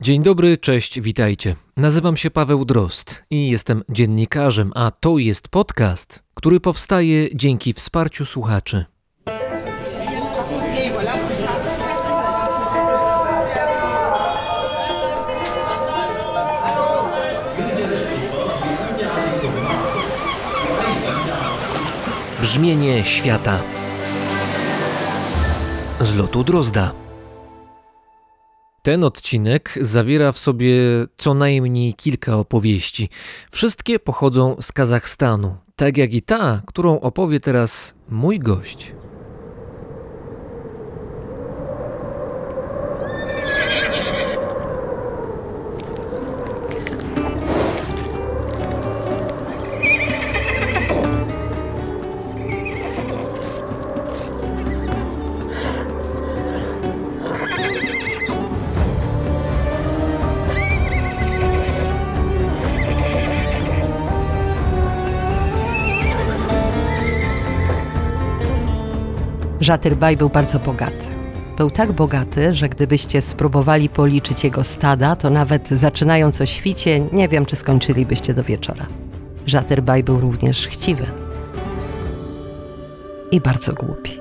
Dzień dobry, cześć, witajcie. Nazywam się Paweł Drozd i jestem dziennikarzem, a to jest podcast, który powstaje dzięki wsparciu słuchaczy. Brzmienie świata z lotu Drozda. Ten odcinek zawiera w sobie co najmniej kilka opowieści. Wszystkie pochodzą z Kazachstanu, tak jak i ta, którą opowie teraz mój gość. Żatyrbaj był bardzo bogaty. Był tak bogaty, że gdybyście spróbowali policzyć jego stada, to nawet zaczynając o świcie, nie wiem, czy skończylibyście do wieczora. Żatyrbaj był również chciwy. I bardzo głupi.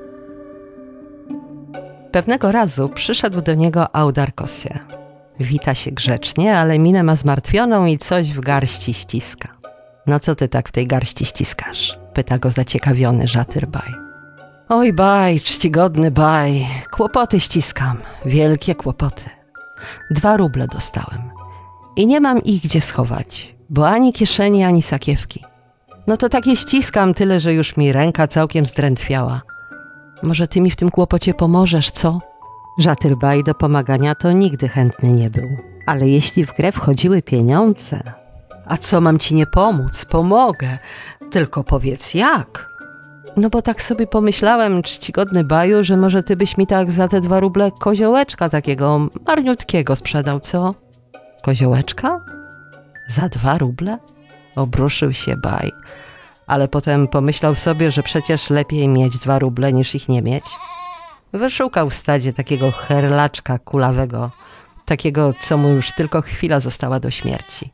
Pewnego razu przyszedł do niego Audar Kosie. Wita się grzecznie, ale minę ma zmartwioną i coś w garści ściska. No co ty tak w tej garści ściskasz? Pyta go zaciekawiony Żatyrbaj. Oj baj, czcigodny baj, kłopoty ściskam, wielkie kłopoty. 2 ruble dostałem i nie mam ich gdzie schować, bo ani kieszeni, ani sakiewki. No to takie ściskam, tyle że już mi ręka całkiem zdrętwiała. Może ty mi w tym kłopocie pomożesz, co? Żatyrbaj do pomagania to nigdy chętny nie był, ale jeśli w grę wchodziły pieniądze... A co mam ci nie pomóc? Pomogę, tylko powiedz jak? No bo tak sobie pomyślałem, czcigodny baju, że może ty byś mi tak za te 2 ruble koziołeczka takiego marniutkiego sprzedał, co? Koziołeczka? Za 2 ruble? Obruszył się baj, ale potem pomyślał sobie, że przecież lepiej mieć 2 ruble niż ich nie mieć. Wyszukał w stadzie takiego herlaczka kulawego, takiego, co mu już tylko chwila została do śmierci.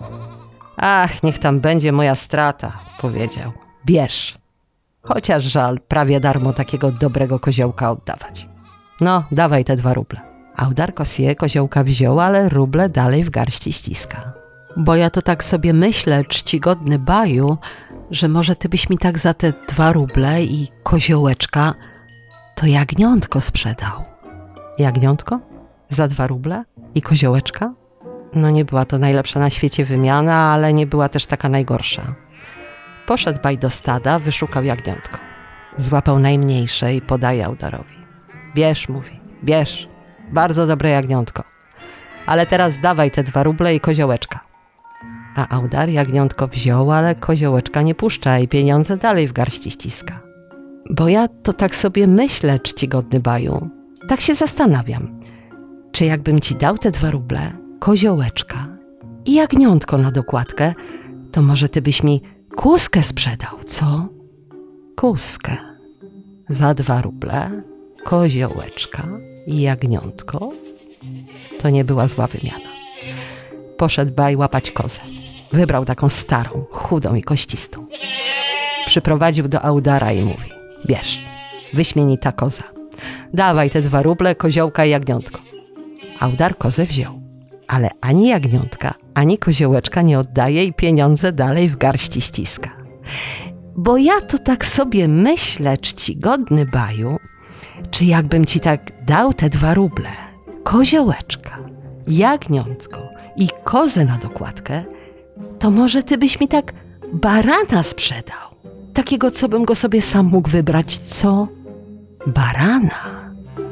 Ach, niech tam będzie moja strata, powiedział. Bierz. Chociaż żal prawie darmo takiego dobrego koziołka oddawać. No, dawaj te 2 ruble. Audar Kosie koziołka wziął, ale ruble dalej w garści ściska. Bo ja to tak sobie myślę, czcigodny baju, że może ty byś mi tak za te 2 ruble i koziołeczka to jagniątko sprzedał. Jagniątko? Za 2 ruble? I koziołeczka? No nie była to najlepsza na świecie wymiana, ale nie była też taka najgorsza. Poszedł baj do stada, wyszukał jagniątko. Złapał najmniejsze i podaje Audarowi. Bierz, mówi, bierz. Bardzo dobre jagniątko. Ale teraz dawaj te 2 ruble i koziołeczka. A Audar jagniątko wziął, ale koziołeczka nie puszcza i pieniądze dalej w garści ściska. Bo ja to tak sobie myślę, czcigodny baju. Tak się zastanawiam. Czy jakbym ci dał te 2 ruble, koziołeczka i jagniątko na dokładkę, to może ty byś mi kuskę sprzedał, co? Kuskę. Za 2 ruble, koziołeczka i jagniątko. To nie była zła wymiana. Poszedł baj łapać kozę. Wybrał taką starą, chudą i kościstą. Przyprowadził do Audara i mówi: bierz, wyśmienita koza. Dawaj te 2 ruble, koziołka i jagniątko. Audar kozę wziął. Ale ani jagniątka, ani koziołeczka nie oddaje i pieniądze dalej w garści ściska. Bo ja to tak sobie myślę, czcigodny baju, czy jakbym ci tak dał te 2 ruble, koziołeczka, jagniątko i kozę na dokładkę, to może ty byś mi tak barana sprzedał. Takiego, co bym go sobie sam mógł wybrać, co? Barana.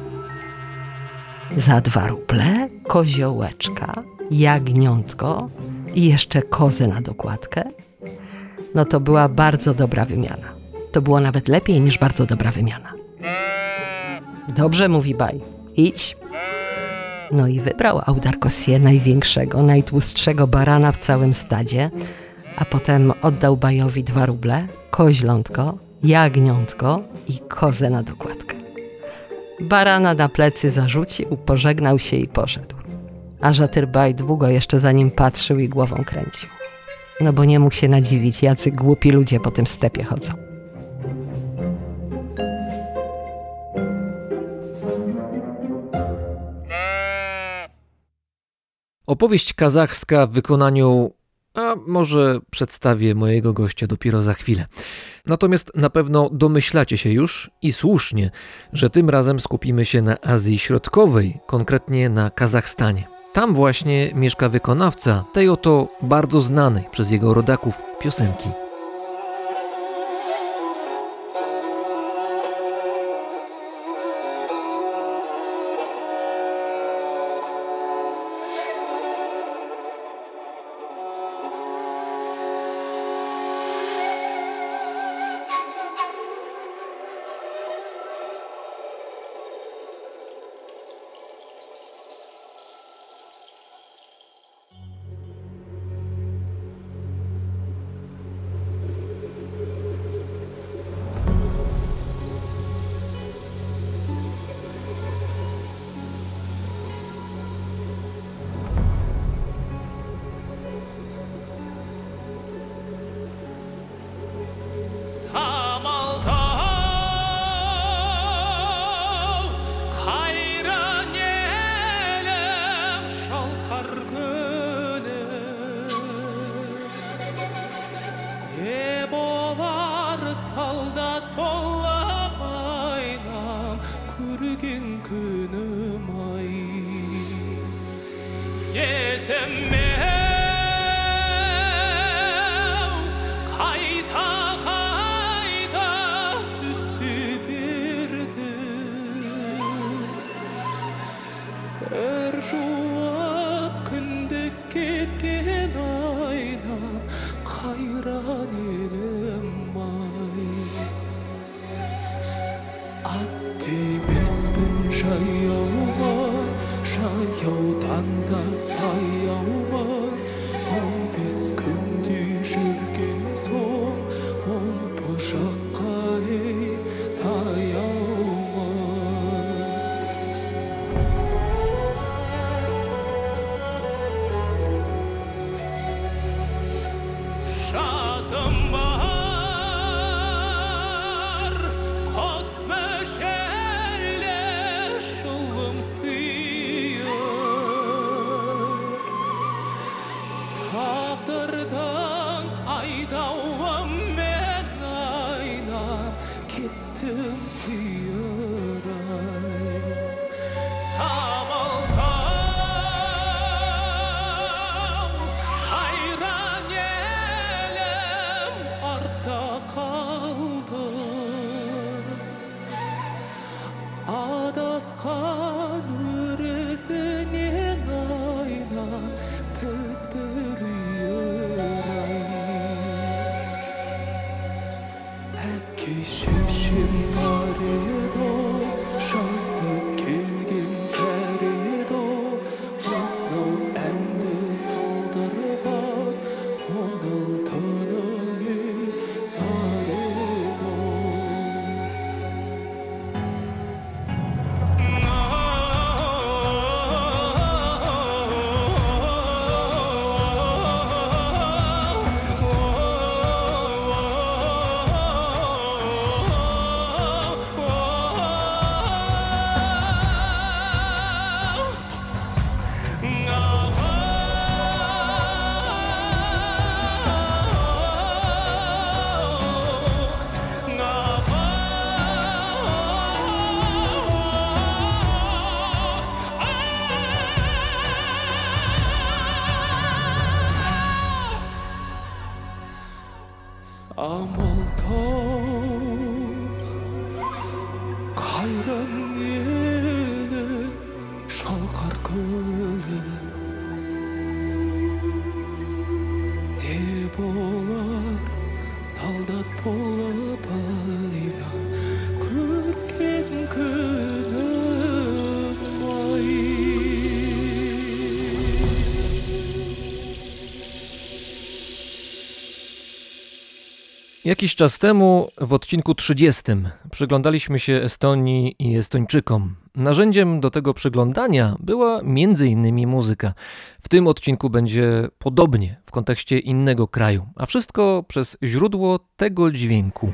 Za 2 ruble, koziołeczka, jagniątko i jeszcze kozę na dokładkę. No to była bardzo dobra wymiana. To było nawet lepiej niż bardzo dobra wymiana. Dobrze, mówi baj, idź. No i wybrał Audar Kosie największego, najtłustszego barana w całym stadzie, a potem oddał bajowi 2 ruble, koźlątko, jagniątko i kozę na dokładkę. Barana na plecy zarzucił, pożegnał się i poszedł. A Żatyrbaj długo jeszcze za nim patrzył i głową kręcił. No bo nie mógł się nadziwić, jacy głupi ludzie po tym stepie chodzą. Opowieść kazachska w wykonaniu, a może przedstawię mojego gościa dopiero za chwilę. Natomiast na pewno domyślacie się już i słusznie, że tym razem skupimy się na Azji Środkowej, konkretnie na Kazachstanie. Tam właśnie mieszka wykonawca tej oto bardzo znanej przez jego rodaków piosenki. Jakiś czas temu w odcinku 30 przyglądaliśmy się Estonii i Estończykom. narzędziem do tego przyglądania była m.in. muzyka. W tym odcinku będzie podobnie w kontekście innego kraju, a wszystko przez źródło tego dźwięku.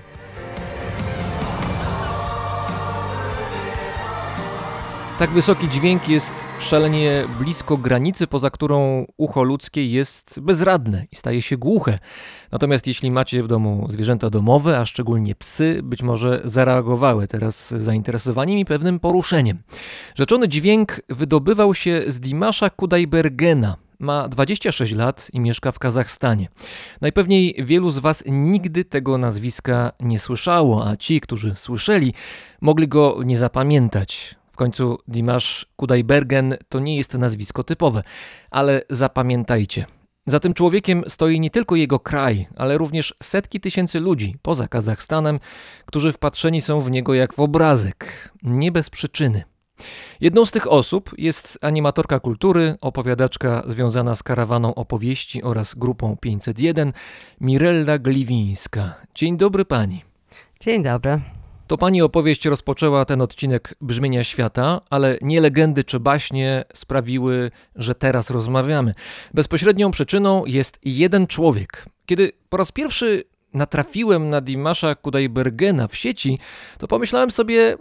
Tak wysoki dźwięk jest szalenie blisko granicy, poza którą ucho ludzkie jest bezradne i staje się głuche. Natomiast jeśli macie w domu zwierzęta domowe, a szczególnie psy, być może zareagowały teraz zainteresowaniem i pewnym poruszeniem. Rzeczony dźwięk wydobywał się z Dimasza Kudaibergena. Ma 26 lat i mieszka w Kazachstanie. Najpewniej wielu z Was nigdy tego nazwiska nie słyszało, a ci, którzy słyszeli, mogli go nie zapamiętać. W końcu Dimash Kudaibergen to nie jest nazwisko typowe, ale zapamiętajcie. Za tym człowiekiem stoi nie tylko jego kraj, ale również setki tysięcy ludzi poza Kazachstanem, którzy wpatrzeni są w niego jak w obrazek, nie bez przyczyny. Jedną z tych osób jest animatorka kultury, opowiadaczka związana z karawaną opowieści oraz grupą 501, Mirella Gliwińska. Dzień dobry pani. Dzień dobry. To pani opowieść rozpoczęła ten odcinek Brzmienia Świata, ale nie legendy czy baśnie sprawiły, że teraz rozmawiamy. Bezpośrednią przyczyną jest jeden człowiek. Kiedy po raz pierwszy natrafiłem na Dimasha Kudaibergena w sieci, to pomyślałem sobie,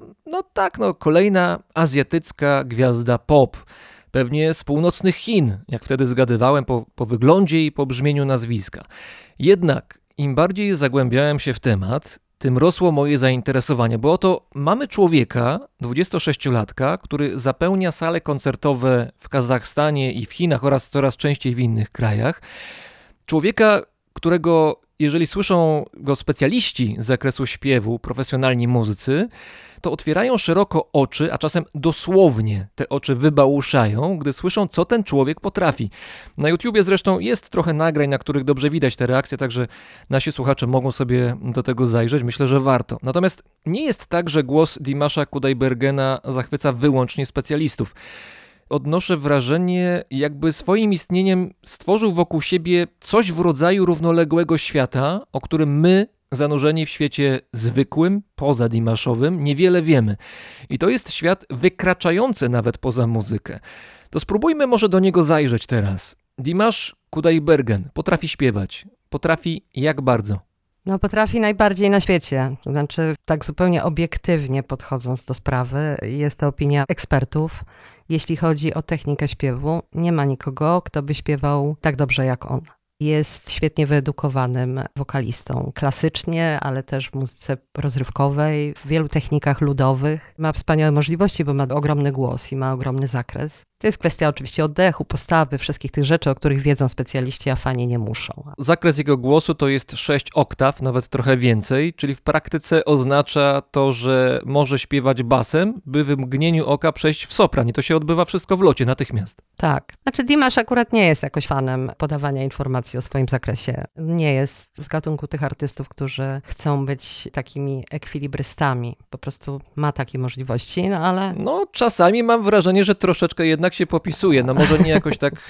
kolejna azjatycka gwiazda pop. Pewnie z północnych Chin, jak wtedy zgadywałem po wyglądzie i po brzmieniu nazwiska. Jednak im bardziej zagłębiałem się w temat, tym rosło moje zainteresowanie, bo oto mamy człowieka, 26-latka, który zapełnia sale koncertowe w Kazachstanie i w Chinach oraz coraz częściej w innych krajach. Człowieka, którego, jeżeli słyszą go specjaliści z zakresu śpiewu, profesjonalni muzycy, to otwierają szeroko oczy, a czasem dosłownie te oczy wybałuszają, gdy słyszą, co ten człowiek potrafi. Na YouTubie zresztą jest trochę nagrań, na których dobrze widać te reakcje, także nasi słuchacze mogą sobie do tego zajrzeć. Myślę, że warto. Natomiast nie jest tak, że głos Dimasha Kudaibergena zachwyca wyłącznie specjalistów. Odnoszę wrażenie, jakby swoim istnieniem stworzył wokół siebie coś w rodzaju równoległego świata, o którym my, zanurzeni w świecie zwykłym, poza Dimashowym, niewiele wiemy. I to jest świat wykraczający nawet poza muzykę. To spróbujmy może do niego zajrzeć teraz. Dimash Kudaibergen potrafi śpiewać. Potrafi jak bardzo? Potrafi najbardziej na świecie. To znaczy, tak zupełnie obiektywnie podchodząc do sprawy, jest to opinia ekspertów. Jeśli chodzi o technikę śpiewu, nie ma nikogo, kto by śpiewał tak dobrze jak on. Jest świetnie wyedukowanym wokalistą klasycznie, ale też w muzyce rozrywkowej, w wielu technikach ludowych. Ma wspaniałe możliwości, bo ma ogromny głos i ma ogromny zakres. To jest kwestia oczywiście oddechu, postawy, wszystkich tych rzeczy, o których wiedzą specjaliści, a fani nie muszą. Zakres jego głosu to jest 6 oktaw, nawet trochę więcej, czyli w praktyce oznacza to, że może śpiewać basem, by w mgnieniu oka przejść w sopran i to się odbywa wszystko w locie, natychmiast. Tak. Znaczy Dimash akurat nie jest jakoś fanem podawania informacji o swoim zakresie. Nie jest z gatunku tych artystów, którzy chcą być takimi ekwilibrystami. Po prostu ma takie możliwości, ale... Czasami mam wrażenie, że troszeczkę jednak się popisuje. Może nie jakoś tak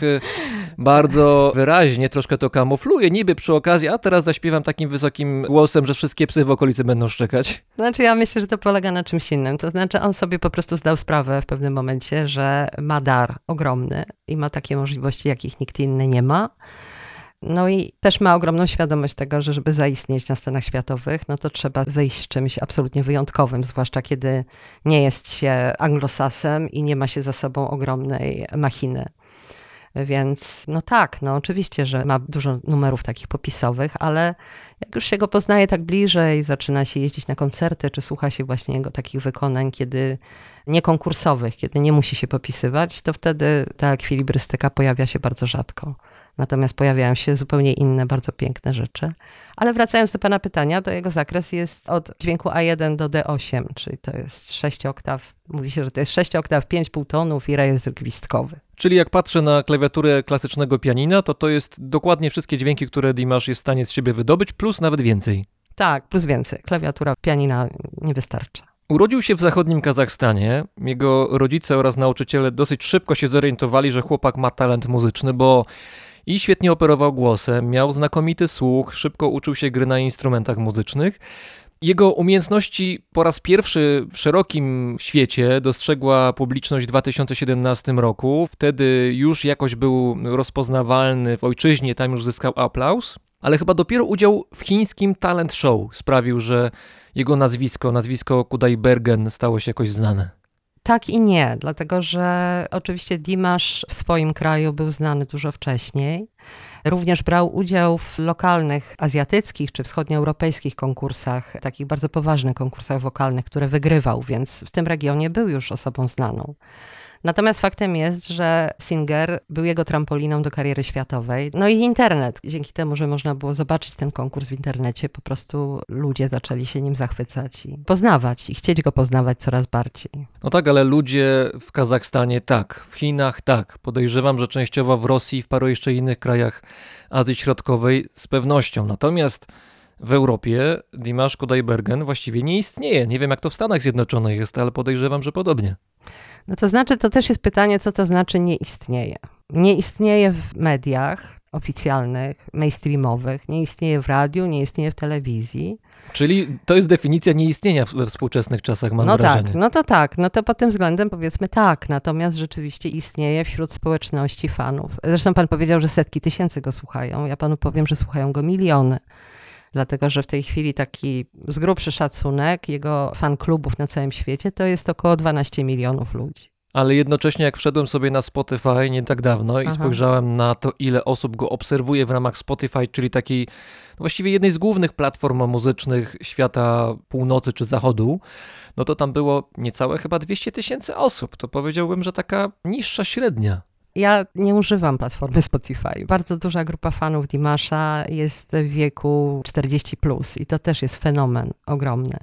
bardzo wyraźnie, troszkę to kamufluje. Niby przy okazji, a teraz zaśpiewam takim wysokim głosem, że wszystkie psy w okolicy będą szczekać. Znaczy ja myślę, że to polega na czymś innym. To znaczy on sobie po prostu zdał sprawę w pewnym momencie, że ma dar ogromny i ma takie możliwości, jakich nikt inny nie ma. I też ma ogromną świadomość tego, że żeby zaistnieć na scenach światowych, to trzeba wyjść z czymś absolutnie wyjątkowym, zwłaszcza kiedy nie jest się anglosasem i nie ma się za sobą ogromnej machiny. Więc oczywiście, że ma dużo numerów takich popisowych, ale jak już się go poznaje tak bliżej, zaczyna się jeździć na koncerty, czy słucha się właśnie jego takich wykonań, kiedy nie konkursowych, kiedy nie musi się popisywać, to wtedy ta ekwilibrystyka pojawia się bardzo rzadko. Natomiast pojawiają się zupełnie inne, bardzo piękne rzeczy. Ale wracając do pana pytania, to jego zakres jest od dźwięku A1 do D8, czyli to jest 6 oktaw. Mówi się, że to jest 6 oktaw, 5 półtonów i rejestr gwizdkowy. Czyli jak patrzę na klawiaturę klasycznego pianina, to jest dokładnie wszystkie dźwięki, które Dimash jest w stanie z siebie wydobyć, plus nawet więcej. Tak, plus więcej. Klawiatura pianina nie wystarcza. Urodził się w zachodnim Kazachstanie. Jego rodzice oraz nauczyciele dosyć szybko się zorientowali, że chłopak ma talent muzyczny, bo i świetnie operował głosem, miał znakomity słuch, szybko uczył się gry na instrumentach muzycznych. Jego umiejętności po raz pierwszy w szerokim świecie dostrzegła publiczność w 2017 roku. Wtedy już jakoś był rozpoznawalny w ojczyźnie, tam już zyskał aplauz. Ale chyba dopiero udział w chińskim talent show sprawił, że jego nazwisko Kudaibergen stało się jakoś znane. Tak i nie, dlatego że oczywiście Dimash w swoim kraju był znany dużo wcześniej. Również brał udział w lokalnych azjatyckich czy wschodnioeuropejskich konkursach, takich bardzo poważnych konkursach wokalnych, które wygrywał, więc w tym regionie był już osobą znaną. Natomiast faktem jest, że Singer był jego trampoliną do kariery światowej. No i internet. Dzięki temu, że można było zobaczyć ten konkurs w internecie, po prostu ludzie zaczęli się nim zachwycać i poznawać, i chcieć go poznawać coraz bardziej. No tak, ale ludzie w Kazachstanie tak, w Chinach tak. Podejrzewam, że częściowo w Rosji i w paru jeszcze innych krajach Azji Środkowej z pewnością. Natomiast w Europie Dimash Kudaibergen właściwie nie istnieje. Nie wiem, jak to w Stanach Zjednoczonych jest, ale podejrzewam, że podobnie. No to znaczy, to też jest pytanie, co to znaczy nie istnieje. Nie istnieje w mediach oficjalnych, mainstreamowych, nie istnieje w radiu, nie istnieje w telewizji. Czyli to jest definicja nieistnienia we współczesnych czasach, mam wrażenie. No to pod tym względem powiedzmy tak, natomiast rzeczywiście istnieje wśród społeczności fanów. Zresztą pan powiedział, że setki tysięcy go słuchają, ja panu powiem, że słuchają go miliony. Dlatego, że w tej chwili taki z grubszy szacunek jego fan klubów na całym świecie to jest około 12 milionów ludzi. Ale jednocześnie jak wszedłem sobie na Spotify nie tak dawno i spojrzałem na to, ile osób go obserwuje w ramach Spotify, czyli takiej właściwie jednej z głównych platform muzycznych świata północy czy zachodu, no to tam było niecałe chyba 200 000 osób. To powiedziałbym, że taka niższa średnia. Ja nie używam platformy Spotify. Bardzo duża grupa fanów Dimasha jest w wieku 40+, i to też jest fenomen ogromny.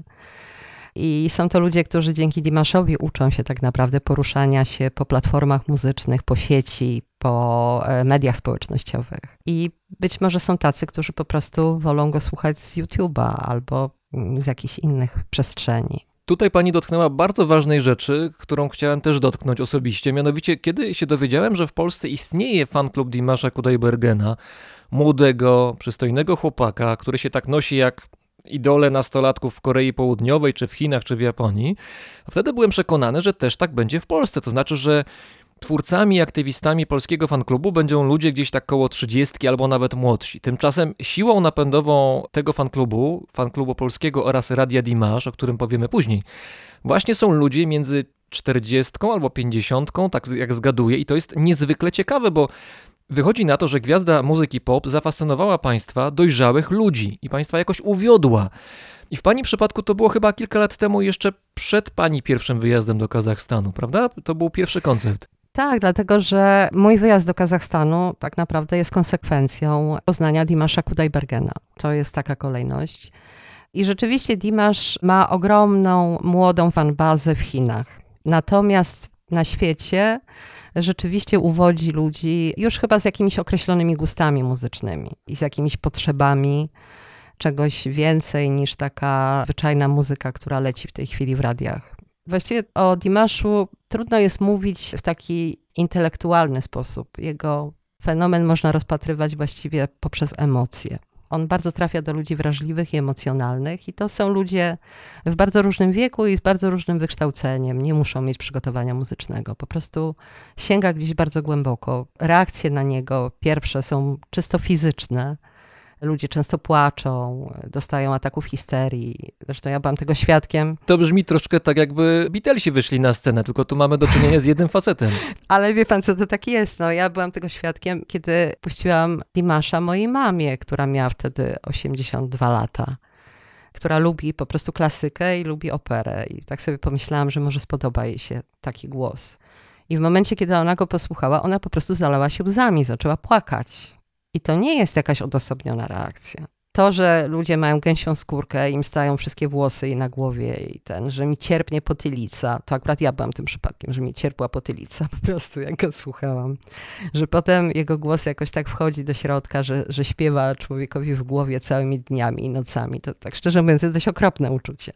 I są to ludzie, którzy dzięki Dimashowi uczą się tak naprawdę poruszania się po platformach muzycznych, po sieci, po mediach społecznościowych. I być może są tacy, którzy po prostu wolą go słuchać z YouTube'a albo z jakichś innych przestrzeni. Tutaj pani dotknęła bardzo ważnej rzeczy, którą chciałem też dotknąć osobiście. Mianowicie, kiedy się dowiedziałem, że w Polsce istnieje fanklub Dimasha Kudaibergena, młodego, przystojnego chłopaka, który się tak nosi jak idole nastolatków w Korei Południowej, czy w Chinach, czy w Japonii, wtedy byłem przekonany, że też tak będzie w Polsce. To znaczy, że twórcami, aktywistami polskiego fanklubu będą ludzie gdzieś tak koło 30 albo nawet młodsi. Tymczasem siłą napędową tego fanklubu polskiego oraz Radia Dimash, o którym powiemy później, właśnie są ludzie między 40 albo 50, tak jak zgaduję, i to jest niezwykle ciekawe, bo wychodzi na to, że gwiazda muzyki pop zafascynowała państwa, dojrzałych ludzi, i państwa jakoś uwiodła. I w pani przypadku to było chyba kilka lat temu, jeszcze przed pani pierwszym wyjazdem do Kazachstanu, prawda? To był pierwszy koncert. Tak, dlatego że mój wyjazd do Kazachstanu tak naprawdę jest konsekwencją poznania Dimasha Kudaibergena. To jest taka kolejność. I rzeczywiście Dimash ma ogromną, młodą fanbazę w Chinach. Natomiast na świecie rzeczywiście uwodzi ludzi już chyba z jakimiś określonymi gustami muzycznymi i z jakimiś potrzebami czegoś więcej niż taka zwyczajna muzyka, która leci w tej chwili w radiach. Właściwie o Dimashu trudno jest mówić w taki intelektualny sposób. Jego fenomen można rozpatrywać właściwie poprzez emocje. On bardzo trafia do ludzi wrażliwych i emocjonalnych, i to są ludzie w bardzo różnym wieku i z bardzo różnym wykształceniem. Nie muszą mieć przygotowania muzycznego. Po prostu sięga gdzieś bardzo głęboko. Reakcje na niego pierwsze są czysto fizyczne. Ludzie często płaczą, dostają ataków histerii. Zresztą ja byłam tego świadkiem. To brzmi troszkę tak, jakby Beatlesi wyszli na scenę, tylko tu mamy do czynienia z jednym facetem. Ale wie pan, co to tak jest? No, ja byłam tego świadkiem, kiedy puściłam Dimasha mojej mamie, która miała wtedy 82 lata, która lubi po prostu klasykę i lubi operę. I tak sobie pomyślałam, że może spodoba jej się taki głos. I w momencie, kiedy ona go posłuchała, ona po prostu zalała się łzami, zaczęła płakać. I to nie jest jakaś odosobniona reakcja. To, że ludzie mają gęsią skórkę, im stają wszystkie włosy i na głowie, i że mi cierpnie potylica, to akurat ja byłam tym przypadkiem, że mi cierpła potylica po prostu, jak go słuchałam. Że potem jego głos jakoś tak wchodzi do środka, że śpiewa człowiekowi w głowie całymi dniami i nocami. To tak szczerze mówiąc jest dość okropne uczucie.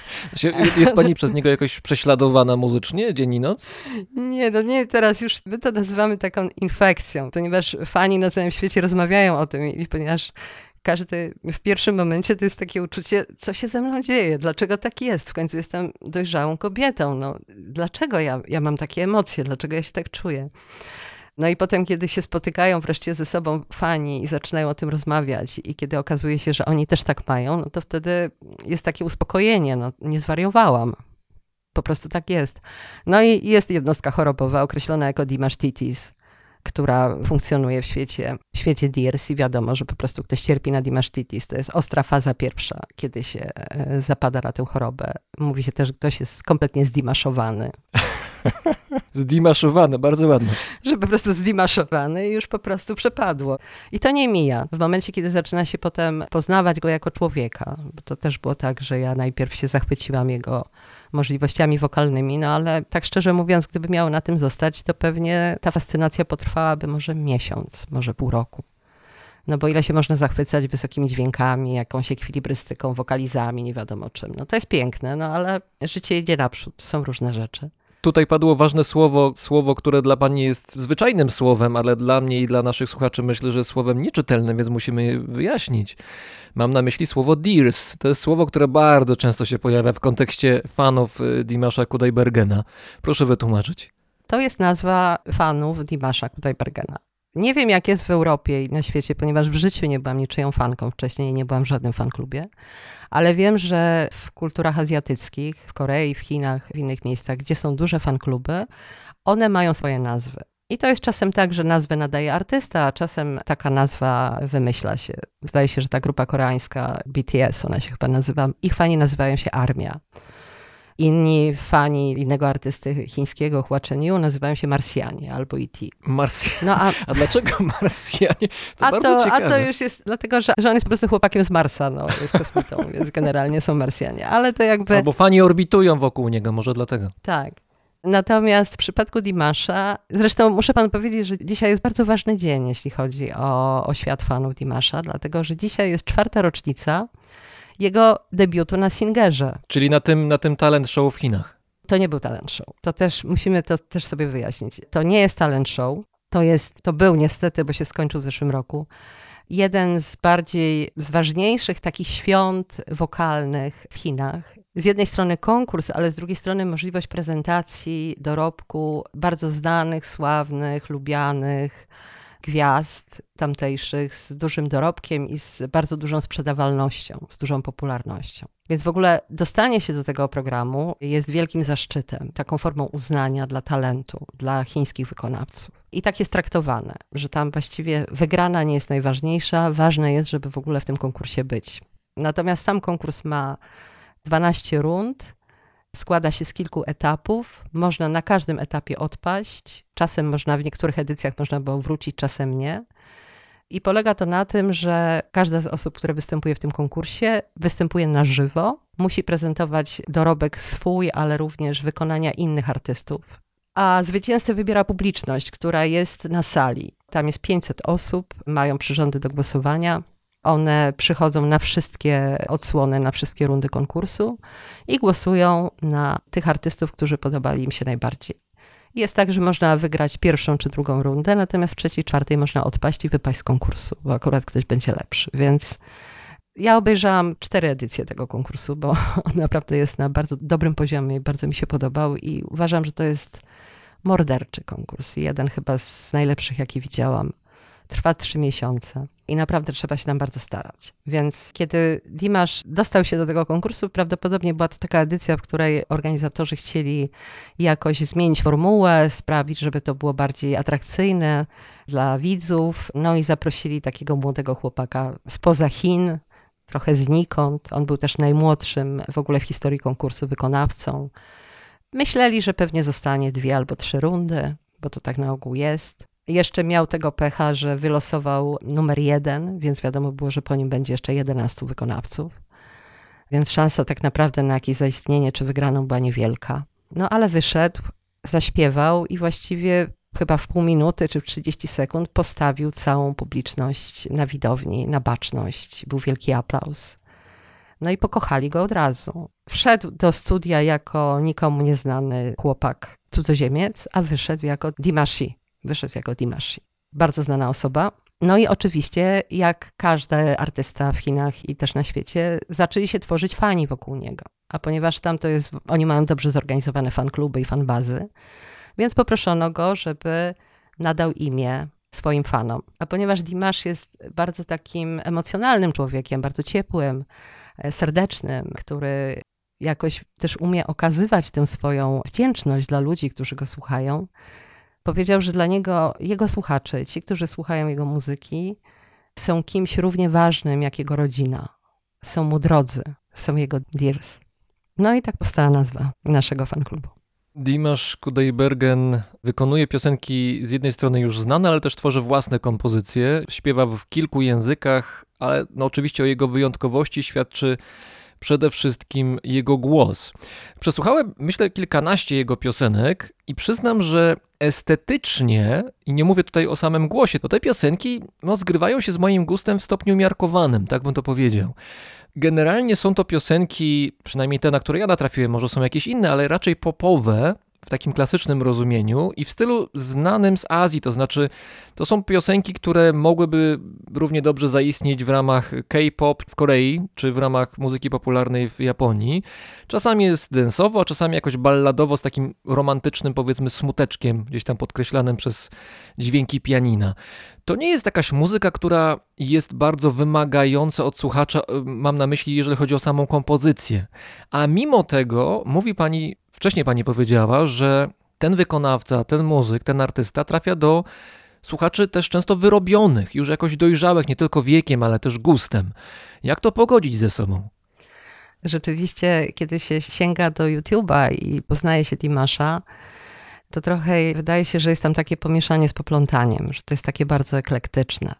Jest pani przez niego jakoś prześladowana muzycznie dzień i noc? Nie, teraz już my to nazywamy taką infekcją, ponieważ fani na całym świecie rozmawiają o tym i ponieważ Każdy w pierwszym momencie to jest takie uczucie, co się ze mną dzieje, dlaczego tak jest? W końcu jestem dojrzałą kobietą. No, dlaczego ja mam takie emocje? Dlaczego ja się tak czuję? No i potem, kiedy się spotykają wreszcie ze sobą fani i zaczynają o tym rozmawiać i kiedy okazuje się, że oni też tak mają, no to wtedy jest takie uspokojenie, no nie zwariowałam. Po prostu tak jest. No i jest jednostka chorobowa określona jako dimasztitis, która funkcjonuje w świecie DIRS i wiadomo, że po prostu ktoś cierpi na dimasztitis. To jest ostra faza pierwsza, kiedy się zapada na tę chorobę. Mówi się też, że ktoś jest kompletnie zdimaszowany. Zdimaszowane, bardzo ładne. Że po prostu zdimaszowany i już po prostu przepadło. I to nie mija. W momencie, kiedy zaczyna się potem poznawać go jako człowieka, bo to też było tak, że ja najpierw się zachwyciłam jego możliwościami wokalnymi, no ale tak szczerze mówiąc, gdyby miało na tym zostać, to pewnie ta fascynacja potrwałaby może miesiąc, może pół roku. No bo ile się można zachwycać wysokimi dźwiękami, jakąś ekwilibrystyką, wokalizami, nie wiadomo czym. No to jest piękne, no ale życie idzie naprzód, są różne rzeczy. Tutaj padło ważne słowo, które dla pani jest zwyczajnym słowem, ale dla mnie i dla naszych słuchaczy myślę, że jest słowem nieczytelnym, więc musimy je wyjaśnić. Mam na myśli słowo DIRS. To jest słowo, które bardzo często się pojawia w kontekście fanów Dimasza Kudaibergena. Proszę wytłumaczyć. To jest nazwa fanów Dimasza Kudaibergena. Nie wiem, jak jest w Europie i na świecie, ponieważ w życiu nie byłam niczyją fanką wcześniej, nie byłam w żadnym fanklubie, ale wiem, że w kulturach azjatyckich, w Korei, w Chinach, w innych miejscach, gdzie są duże fankluby, one mają swoje nazwy. I to jest czasem tak, że nazwę nadaje artysta, a czasem taka nazwa wymyśla się. Zdaje się, że ta grupa koreańska BTS, ona się chyba nazywa, ich fani nazywają się Armia. Inni fani innego artysty chińskiego, Hua Chen-yu, nazywają się Marsjanie albo E.T. Marsjanie? No, a dlaczego Marsjanie? To bardzo ciekawe. A to już jest dlatego, że on jest po prostu chłopakiem z Marsa, no, jest kosmitą, więc generalnie są Marsjanie. Ale to jakby... Albo fani orbitują wokół niego, może dlatego. Tak. Natomiast w przypadku Dimasza, zresztą muszę panu powiedzieć, że dzisiaj jest bardzo ważny dzień, jeśli chodzi o świat fanów Dimasza, dlatego, że dzisiaj jest 4. rocznica jego debiutu na Singerze. Czyli na tym talent show w Chinach. To nie był talent show. Musimy to też sobie wyjaśnić. To nie jest talent show. To był niestety, bo się skończył w zeszłym roku, jeden z ważniejszych takich świąt wokalnych w Chinach. Z jednej strony konkurs, ale z drugiej strony możliwość prezentacji dorobku bardzo znanych, sławnych, lubianych gwiazd tamtejszych z dużym dorobkiem i z bardzo dużą sprzedawalnością, z dużą popularnością. Więc w ogóle dostanie się do tego programu jest wielkim zaszczytem, taką formą uznania dla talentu, dla chińskich wykonawców. I tak jest traktowane, że tam właściwie wygrana nie jest najważniejsza, ważne jest, żeby w ogóle w tym konkursie być. Natomiast sam konkurs ma 12 rund, składa się z kilku etapów, można na każdym etapie odpaść, czasem w niektórych edycjach można było wrócić, czasem nie. I polega to na tym, że każda z osób, które występuje w tym konkursie, występuje na żywo, musi prezentować dorobek swój, ale również wykonania innych artystów. A zwycięzcę wybiera publiczność, która jest na sali. Tam jest 500 osób, mają przyrządy do głosowania. One przychodzą na wszystkie odsłony, na wszystkie rundy konkursu i głosują na tych artystów, którzy podobali im się najbardziej. Jest tak, że można wygrać pierwszą czy drugą rundę, natomiast w trzeciej, czwartej można odpaść i wypaść z konkursu, bo akurat ktoś będzie lepszy. Więc ja obejrzałam 4 edycje tego konkursu, bo on naprawdę jest na bardzo dobrym poziomie, bardzo mi się podobał i uważam, że to jest morderczy konkurs. Jeden chyba z najlepszych, jaki widziałam. Trwa 3 miesiące i naprawdę trzeba się tam bardzo starać. Więc kiedy Dimash dostał się do tego konkursu, prawdopodobnie była to taka edycja, w której organizatorzy chcieli jakoś zmienić formułę, sprawić, żeby to było bardziej atrakcyjne dla widzów. No i zaprosili takiego młodego chłopaka spoza Chin, trochę znikąd. On był też najmłodszym w ogóle w historii konkursu wykonawcą. Myśleli, że pewnie zostanie 2 albo 3 rundy, bo to tak na ogół jest. Jeszcze miał tego pecha, że wylosował numer 1, więc wiadomo było, że po nim będzie jeszcze 11 wykonawców. Więc szansa tak naprawdę na jakieś zaistnienie czy wygraną była niewielka. No ale wyszedł, zaśpiewał i właściwie chyba w pół minuty czy w 30 sekund postawił całą publiczność na widowni, na baczność. Był wielki aplauz. No i pokochali go od razu. Wszedł do studia jako nikomu nieznany chłopak, cudzoziemiec, a wyszedł jako Dimashi. Bardzo znana osoba. No i oczywiście, jak każdy artysta w Chinach i też na świecie, zaczęli się tworzyć fani wokół niego. A ponieważ tam oni mają dobrze zorganizowane fankluby i fanbazy, więc poproszono go, żeby nadał imię swoim fanom. A ponieważ Dimash jest bardzo takim emocjonalnym człowiekiem, bardzo ciepłym, serdecznym, który jakoś też umie okazywać tę swoją wdzięczność dla ludzi, którzy go słuchają, powiedział, że dla niego jego słuchacze, ci, którzy słuchają jego muzyki, są kimś równie ważnym jak jego rodzina. Są mu drodzy, są jego dears. No i tak powstała nazwa naszego fanklubu. Dimash Kudaibergen wykonuje piosenki z jednej strony już znane, ale też tworzy własne kompozycje. Śpiewa w kilku językach, ale oczywiście o jego wyjątkowości świadczy przede wszystkim jego głos. Przesłuchałem, myślę, kilkanaście jego piosenek i przyznam, że estetycznie, i nie mówię tutaj o samym głosie, to te piosenki zgrywają się z moim gustem w stopniu miarkowanym, tak bym to powiedział. Generalnie są to piosenki, przynajmniej te, na które ja natrafiłem, może są jakieś inne, ale raczej popowe, w takim klasycznym rozumieniu i w stylu znanym z Azji, to znaczy to są piosenki, które mogłyby równie dobrze zaistnieć w ramach K-pop w Korei, czy w ramach muzyki popularnej w Japonii. Czasami jest densowo, a czasami jakoś balladowo z takim romantycznym, powiedzmy, smuteczkiem, gdzieś tam podkreślanym przez dźwięki pianina. To nie jest jakaś muzyka, która jest bardzo wymagająca od słuchacza, mam na myśli, jeżeli chodzi o samą kompozycję. A mimo tego wcześniej pani powiedziała, że ten wykonawca, ten muzyk, ten artysta trafia do słuchaczy też często wyrobionych, już jakoś dojrzałych, nie tylko wiekiem, ale też gustem. Jak to pogodzić ze sobą? Rzeczywiście, kiedy się sięga do YouTube'a i poznaje się Dimasha, to trochę wydaje się, że jest tam takie pomieszanie z poplątaniem, że to jest takie bardzo eklektyczne.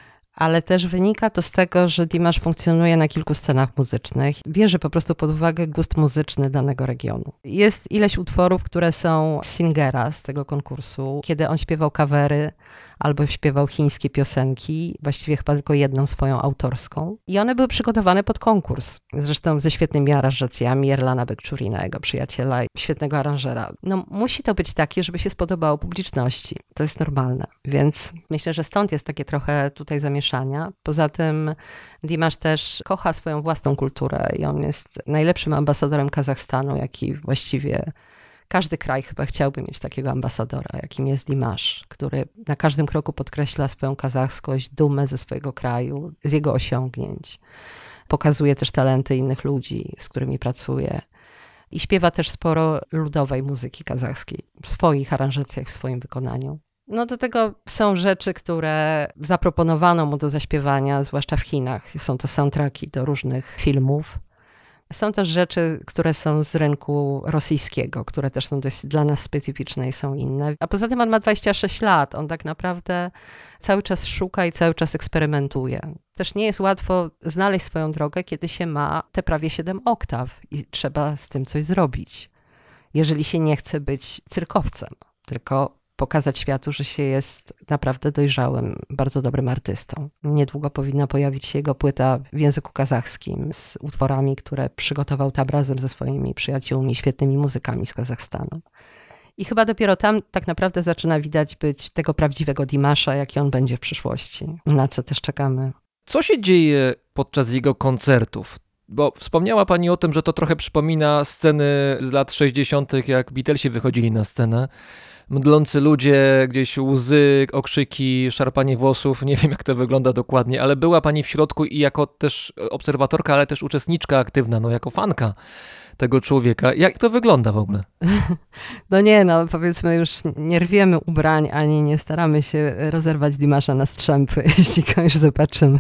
Ale też wynika to z tego, że Dimash funkcjonuje na kilku scenach muzycznych. Bierze po prostu pod uwagę gust muzyczny danego regionu. Jest ileś utworów, które są z Singera, z tego konkursu, kiedy on śpiewał covery albo śpiewał chińskie piosenki, właściwie chyba tylko jedną swoją autorską. I one były przygotowane pod konkurs. Zresztą ze świetnymi aranżacjami Erlana Bekczurina, jego przyjaciela, świetnego aranżera. No musi to być takie, żeby się spodobało publiczności. To jest normalne. Więc myślę, że stąd jest takie trochę tutaj zamieszania. Poza tym Dimash też kocha swoją własną kulturę i on jest najlepszym ambasadorem Kazachstanu, jaki właściwie każdy kraj chyba chciałby mieć takiego ambasadora, jakim jest Dimash, który na każdym kroku podkreśla swoją kazachskość, dumę ze swojego kraju, z jego osiągnięć. Pokazuje też talenty innych ludzi, z którymi pracuje. I śpiewa też sporo ludowej muzyki kazachskiej w swoich aranżacjach, w swoim wykonaniu. No do tego są rzeczy, które zaproponowano mu do zaśpiewania, zwłaszcza w Chinach. Są to soundtracki do różnych filmów. Są też rzeczy, które są z rynku rosyjskiego, które też są dość dla nas specyficzne i są inne. A poza tym on ma 26 lat. On tak naprawdę cały czas szuka i cały czas eksperymentuje. Też nie jest łatwo znaleźć swoją drogę, kiedy się ma te prawie 7 oktaw i trzeba z tym coś zrobić. Jeżeli się nie chce być cyrkowcem, tylko pokazać światu, że się jest naprawdę dojrzałym, bardzo dobrym artystą. Niedługo powinna pojawić się jego płyta w języku kazachskim z utworami, które przygotował tam razem ze swoimi przyjaciółmi, świetnymi muzykami z Kazachstanu. I chyba dopiero tam tak naprawdę zaczyna widać być tego prawdziwego Dimasha, jaki on będzie w przyszłości, na co też czekamy. Co się dzieje podczas jego koncertów? Bo wspomniała pani o tym, że to trochę przypomina sceny z lat 60., jak Beatlesi wychodzili na scenę. Mdlący ludzie, gdzieś łzy, okrzyki, szarpanie włosów. Nie wiem, jak to wygląda dokładnie, ale była pani w środku i jako też obserwatorka, ale też uczestniczka aktywna, jako fanka tego człowieka. Jak to wygląda w ogóle? No nie, powiedzmy już nie rwiemy ubrań, ani nie staramy się rozerwać Dimasha na strzępy, jeśli go już zobaczymy.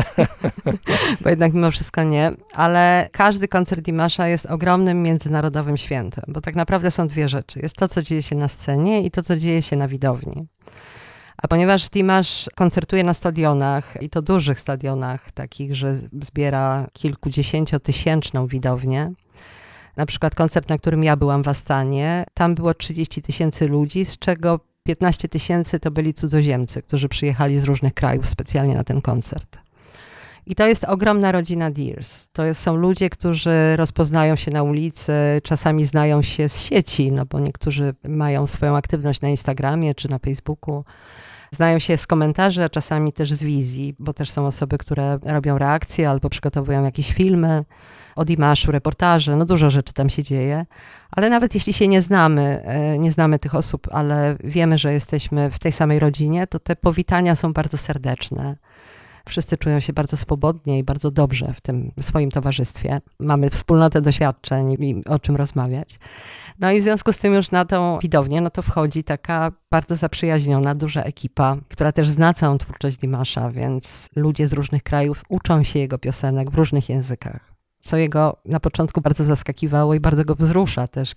Bo jednak mimo wszystko nie. Ale każdy koncert Dimasha jest ogromnym międzynarodowym świętem, bo tak naprawdę są dwie rzeczy. Jest to, co dzieje się na scenie i to, co dzieje się na widowni. A ponieważ Dimash koncertuje na stadionach, i to dużych stadionach, takich, że zbiera kilkudziesięciotysięczną widownię, na przykład koncert, na którym ja byłam w Astanie, tam było 30 000 ludzi, z czego 15 000 to byli cudzoziemcy, którzy przyjechali z różnych krajów specjalnie na ten koncert. I to jest ogromna rodzina Dears. To są ludzie, którzy rozpoznają się na ulicy, czasami znają się z sieci, bo niektórzy mają swoją aktywność na Instagramie czy na Facebooku. Znają się z komentarzy, a czasami też z wizji, bo też są osoby, które robią reakcje albo przygotowują jakieś filmy o Dimaszu, reportaże, no dużo rzeczy tam się dzieje. Ale nawet jeśli się nie znamy tych osób, ale wiemy, że jesteśmy w tej samej rodzinie, to te powitania są bardzo serdeczne. Wszyscy czują się bardzo swobodnie i bardzo dobrze w tym swoim towarzystwie. Mamy wspólnotę doświadczeń i o czym rozmawiać. No i w związku z tym już na tą widownię, no to wchodzi taka bardzo zaprzyjaźniona, duża ekipa, która też zna całą twórczość Dimasza, więc ludzie z różnych krajów uczą się jego piosenek w różnych językach. Co jego na początku bardzo zaskakiwało i bardzo go wzrusza też,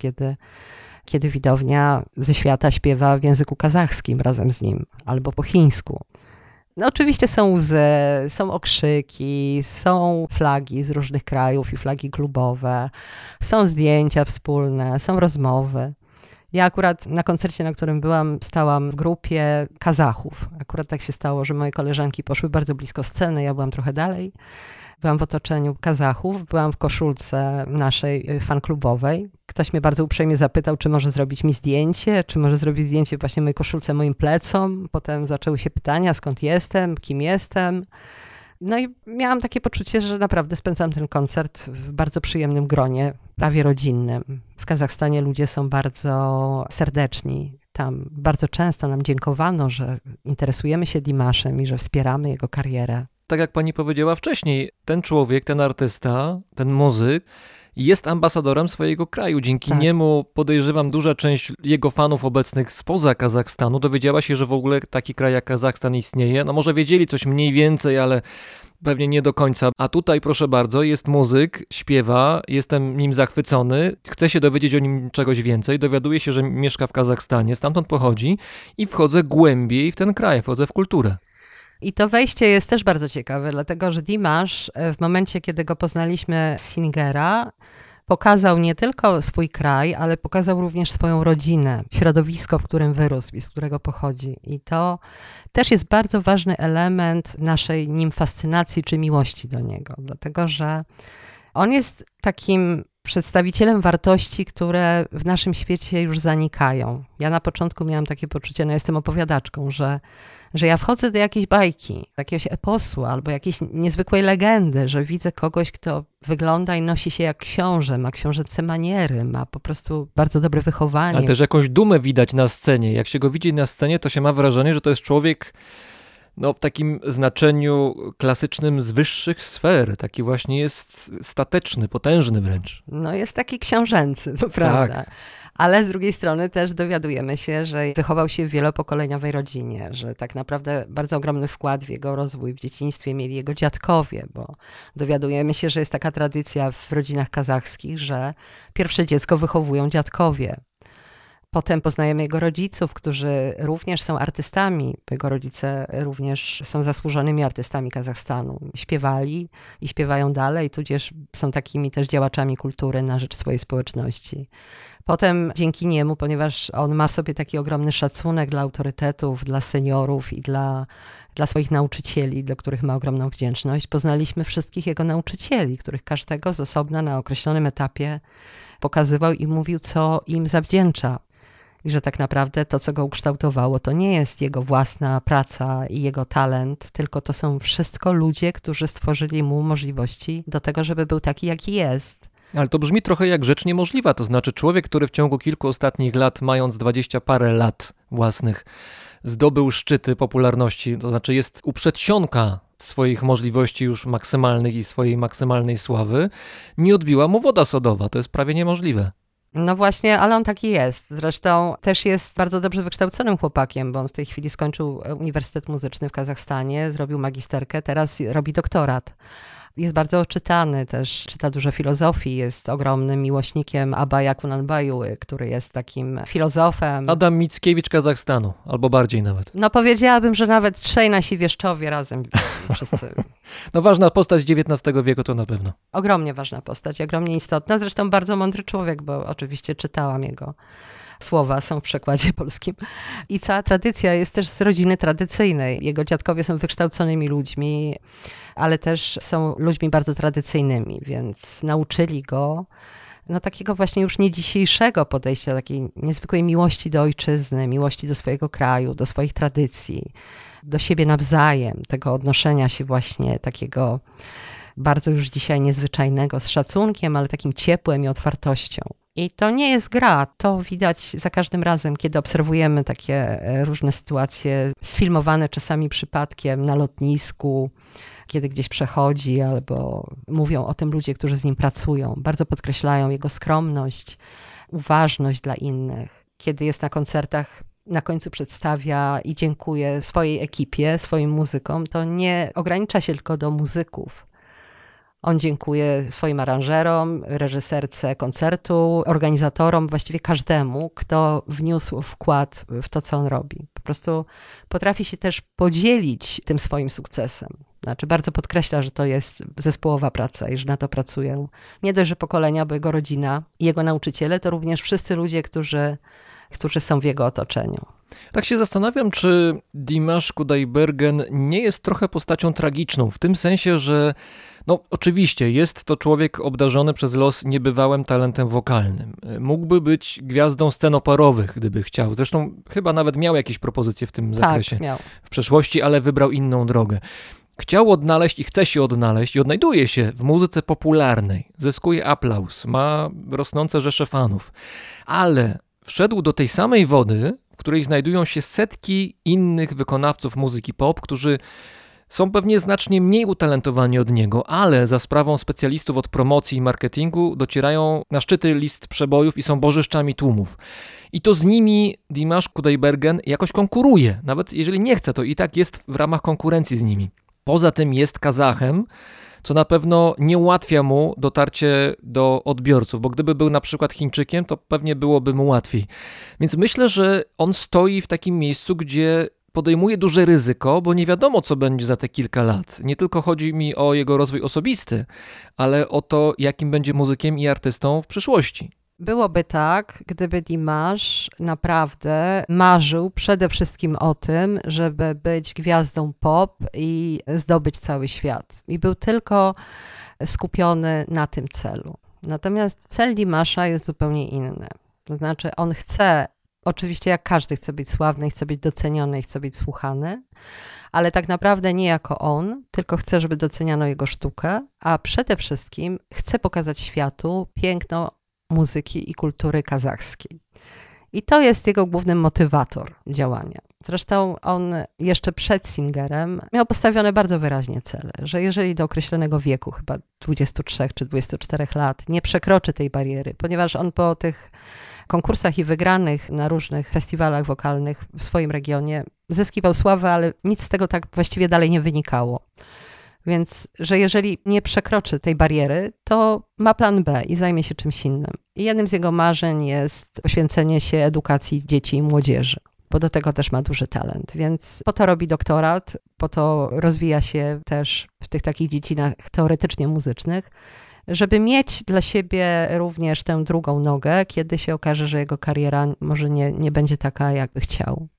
kiedy widownia ze świata śpiewa w języku kazachskim razem z nim, albo po chińsku. No oczywiście są łzy, są okrzyki, są flagi z różnych krajów i flagi klubowe, są zdjęcia wspólne, są rozmowy. Ja akurat na koncercie, na którym byłam, stałam w grupie Kazachów. Akurat tak się stało, że moje koleżanki poszły bardzo blisko sceny, ja byłam trochę dalej. Byłam w otoczeniu Kazachów, byłam w koszulce naszej fanklubowej. Ktoś mnie bardzo uprzejmie zapytał, czy może zrobić mi zdjęcie, czy może zrobić zdjęcie właśnie mojej koszulce, moim plecom. Potem zaczęły się pytania, skąd jestem, kim jestem. No i miałam takie poczucie, że naprawdę spędzam ten koncert w bardzo przyjemnym gronie, prawie rodzinnym. W Kazachstanie ludzie są bardzo serdeczni. Tam bardzo często nam dziękowano, że interesujemy się Dimaszem i że wspieramy jego karierę. Tak jak pani powiedziała wcześniej, ten człowiek, ten artysta, ten muzyk jest ambasadorem swojego kraju. Dzięki niemu, podejrzewam, duża część jego fanów obecnych spoza Kazachstanu dowiedziała się, że w ogóle taki kraj jak Kazachstan istnieje. No może wiedzieli coś mniej więcej, ale pewnie nie do końca. A tutaj, proszę bardzo, jest muzyk, śpiewa, jestem nim zachwycony, chcę się dowiedzieć o nim czegoś więcej, dowiaduję się, że mieszka w Kazachstanie, stamtąd pochodzi i wchodzę głębiej w ten kraj, wchodzę w kulturę. I to wejście jest też bardzo ciekawe, dlatego że Dimash w momencie, kiedy go poznaliśmy z Singera, pokazał nie tylko swój kraj, ale pokazał również swoją rodzinę, środowisko, w którym wyrósł i z którego pochodzi. I to też jest bardzo ważny element naszej nim fascynacji czy miłości do niego, dlatego że on jest takim przedstawicielem wartości, które w naszym świecie już zanikają. Ja na początku miałam takie poczucie, no jestem opowiadaczką, że ja wchodzę do jakiejś bajki, jakiegoś eposu albo jakiejś niezwykłej legendy, że widzę kogoś, kto wygląda i nosi się jak książę, ma książęce maniery, ma po prostu bardzo dobre wychowanie. Ale też jakąś dumę widać na scenie. Jak się go widzi na scenie, to się ma wrażenie, że to jest człowiek w takim znaczeniu klasycznym z wyższych sfer. Taki właśnie jest stateczny, potężny wręcz. No jest taki książęcy, to prawda. Tak. Ale z drugiej strony też dowiadujemy się, że wychował się w wielopokoleniowej rodzinie, że tak naprawdę bardzo ogromny wkład w jego rozwój w dzieciństwie mieli jego dziadkowie, bo dowiadujemy się, że jest taka tradycja w rodzinach kazachskich, że pierwsze dziecko wychowują dziadkowie. Potem poznajemy jego rodziców, którzy również są artystami. Jego rodzice również są zasłużonymi artystami Kazachstanu. Śpiewali i śpiewają dalej, tudzież są takimi też działaczami kultury na rzecz swojej społeczności. Potem dzięki niemu, ponieważ on ma w sobie taki ogromny szacunek dla autorytetów, dla seniorów i dla swoich nauczycieli, do których ma ogromną wdzięczność, poznaliśmy wszystkich jego nauczycieli, których każdego z osobna na określonym etapie pokazywał i mówił, co im zawdzięcza. I że tak naprawdę to, co go ukształtowało, to nie jest jego własna praca i jego talent, tylko to są wszystko ludzie, którzy stworzyli mu możliwości do tego, żeby był taki, jaki jest. Ale to brzmi trochę jak rzecz niemożliwa, to znaczy człowiek, który w ciągu kilku ostatnich lat, mając 20 parę lat własnych, zdobył szczyty popularności, to znaczy jest u przedsionka swoich możliwości już maksymalnych i swojej maksymalnej sławy, nie odbiła mu woda sodowa, to jest prawie niemożliwe. No właśnie, ale on taki jest. Zresztą też jest bardzo dobrze wykształconym chłopakiem, bo on w tej chwili skończył Uniwersytet Muzyczny w Kazachstanie, zrobił magisterkę, teraz robi doktorat. Jest bardzo czytany też, czyta dużo filozofii, jest ogromnym miłośnikiem Abaya Kunanbajuły, który jest takim filozofem. Adam Mickiewicz Kazachstanu, albo bardziej nawet. No powiedziałabym, że nawet trzej nasi wieszczowie razem wszyscy. No ważna postać XIX wieku to na pewno. Ogromnie ważna postać, ogromnie istotna, zresztą bardzo mądry człowiek, bo oczywiście czytałam jego słowa, są w przekładzie polskim. I cała tradycja jest też z rodziny tradycyjnej. Jego dziadkowie są wykształconymi ludźmi, ale też są ludźmi bardzo tradycyjnymi, więc nauczyli go no takiego właśnie już nie dzisiejszego podejścia, takiej niezwykłej miłości do ojczyzny, miłości do swojego kraju, do swoich tradycji, do siebie nawzajem, tego odnoszenia się właśnie takiego bardzo już dzisiaj niezwyczajnego, z szacunkiem, ale takim ciepłem i otwartością. I to nie jest gra, to widać za każdym razem, kiedy obserwujemy takie różne sytuacje, sfilmowane czasami przypadkiem na lotnisku, kiedy gdzieś przechodzi, albo mówią o tym ludzie, którzy z nim pracują. Bardzo podkreślają jego skromność, uważność dla innych. Kiedy jest na koncertach, na końcu przedstawia i dziękuję swojej ekipie, swoim muzykom, to nie ogranicza się tylko do muzyków. On dziękuje swoim aranżerom, reżyserce koncertu, organizatorom, właściwie każdemu, kto wniósł wkład w to, co on robi. Po prostu potrafi się też podzielić tym swoim sukcesem. Znaczy bardzo podkreśla, że to jest zespołowa praca i że na to pracują nie dość, że pokolenia, bo jego rodzina i jego nauczyciele, to również wszyscy ludzie, którzy są w jego otoczeniu. Tak się zastanawiam, czy Dimash Kudaibergen nie jest trochę postacią tragiczną, w tym sensie, że no oczywiście jest to człowiek obdarzony przez los niebywałym talentem wokalnym. Mógłby być gwiazdą scen operowych, gdyby chciał. Zresztą chyba nawet miał jakieś propozycje w tym zakresie miał. w przeszłości, ale wybrał inną drogę. Chciał odnaleźć i chce się odnaleźć i odnajduje się w muzyce popularnej. Zyskuje aplauz, ma rosnące rzesze fanów, ale wszedł do tej samej wody, w której znajdują się setki innych wykonawców muzyki pop, którzy są pewnie znacznie mniej utalentowani od niego, ale za sprawą specjalistów od promocji i marketingu docierają na szczyty list przebojów i są bożyszczami tłumów. I to z nimi Dimash Kudaibergen jakoś konkuruje. Nawet jeżeli nie chce, to i tak jest w ramach konkurencji z nimi. Poza tym jest Kazachem, co na pewno nie ułatwia mu dotarcie do odbiorców, bo gdyby był na przykład Chińczykiem, to pewnie byłoby mu łatwiej. Więc myślę, że on stoi w takim miejscu, gdzie podejmuje duże ryzyko, bo nie wiadomo, co będzie za te kilka lat. Nie tylko chodzi mi o jego rozwój osobisty, ale o to, jakim będzie muzykiem i artystą w przyszłości. Byłoby tak, gdyby Dimash naprawdę marzył przede wszystkim o tym, żeby być gwiazdą pop i zdobyć cały świat. I był tylko skupiony na tym celu. Natomiast cel Dimasha jest zupełnie inny. To znaczy on chce, oczywiście jak każdy chce być sławny, chce być doceniony, chce być słuchany, ale tak naprawdę nie jako on, tylko chce, żeby doceniano jego sztukę, a przede wszystkim chce pokazać światu piękno muzyki i kultury kazachskiej. I to jest jego główny motywator działania. Zresztą on jeszcze przed Singerem miał postawione bardzo wyraźnie cele, że jeżeli do określonego wieku, chyba 23 czy 24 lat, nie przekroczy tej bariery, ponieważ on po tych konkursach i wygranych na różnych festiwalach wokalnych w swoim regionie zyskiwał sławę, ale nic z tego tak właściwie dalej nie wynikało. Więc, że jeżeli nie przekroczy tej bariery, to ma plan B i zajmie się czymś innym. I jednym z jego marzeń jest poświęcenie się edukacji dzieci i młodzieży, bo do tego też ma duży talent. Więc po to robi doktorat, po to rozwija się też w tych takich dziedzinach teoretycznie muzycznych, żeby mieć dla siebie również tę drugą nogę, kiedy się okaże, że jego kariera może nie będzie taka, jakby chciał.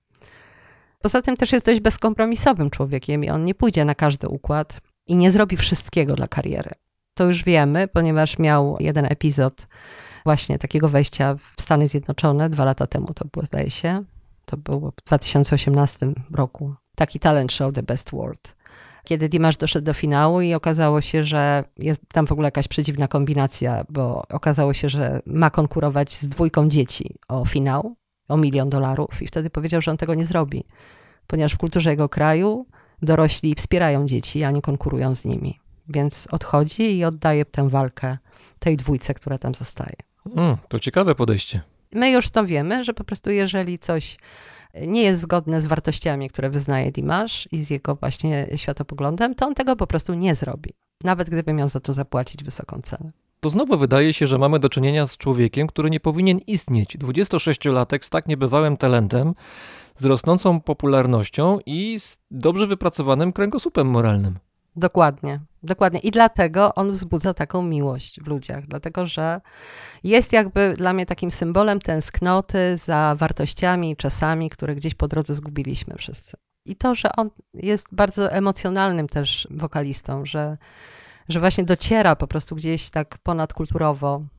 Poza tym też jest dość bezkompromisowym człowiekiem i on nie pójdzie na każdy układ i nie zrobi wszystkiego dla kariery. To już wiemy, ponieważ miał jeden epizod właśnie takiego wejścia w Stany Zjednoczone 2 lata temu, to było, zdaje się, to było w 2018 roku. Taki talent show The Best World. Kiedy Dimash doszedł do finału i okazało się, że jest tam w ogóle jakaś przedziwna kombinacja, bo okazało się, że ma konkurować z 2 dzieci o finał, o $1 milion i wtedy powiedział, że on tego nie zrobi, ponieważ w kulturze jego kraju dorośli wspierają dzieci, a nie konkurują z nimi. Więc odchodzi i oddaje tę walkę tej 2, która tam zostaje. To ciekawe podejście. My już to wiemy, że po prostu jeżeli coś nie jest zgodne z wartościami, które wyznaje Dimash i z jego właśnie światopoglądem, to on tego po prostu nie zrobi. Nawet gdyby miał za to zapłacić wysoką cenę. To znowu wydaje się, że mamy do czynienia z człowiekiem, który nie powinien istnieć. 26-latek z tak niebywałym talentem, z rosnącą popularnością i z dobrze wypracowanym kręgosłupem moralnym. Dokładnie. I dlatego on wzbudza taką miłość w ludziach, dlatego że jest jakby dla mnie takim symbolem tęsknoty za wartościami i czasami, które gdzieś po drodze zgubiliśmy wszyscy. I to, że on jest bardzo emocjonalnym też wokalistą, że właśnie dociera po prostu gdzieś tak ponadkulturowo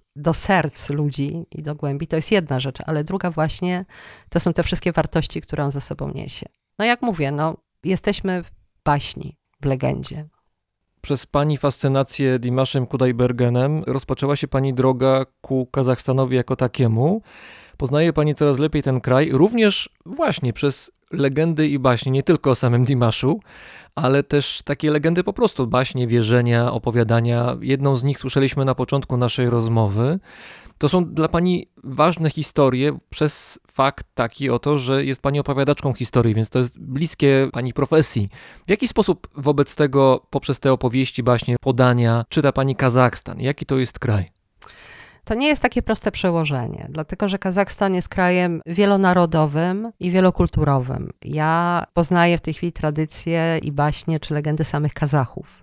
do serc ludzi i do głębi, to jest jedna rzecz, ale druga właśnie to są te wszystkie wartości, które on ze sobą niesie. No jak mówię, jesteśmy w baśni, w legendzie. Przez pani fascynację Dimaszem Kudaibergenem rozpoczęła się pani droga ku Kazachstanowi jako takiemu. Poznaje pani coraz lepiej ten kraj, również właśnie przez legendy i baśnie, nie tylko o samym Dimaszu, ale też takie legendy po prostu, baśnie, wierzenia, opowiadania. Jedną z nich słyszeliśmy na początku naszej rozmowy. To są dla pani ważne historie przez fakt taki oto, że jest pani opowiadaczką historii, więc to jest bliskie pani profesji. W jaki sposób wobec tego, poprzez te opowieści, baśnie, podania, czyta pani Kazachstan? Jaki to jest kraj? To nie jest takie proste przełożenie, dlatego że Kazachstan jest krajem wielonarodowym i wielokulturowym. Ja poznaję w tej chwili tradycje i baśnie czy legendy samych Kazachów.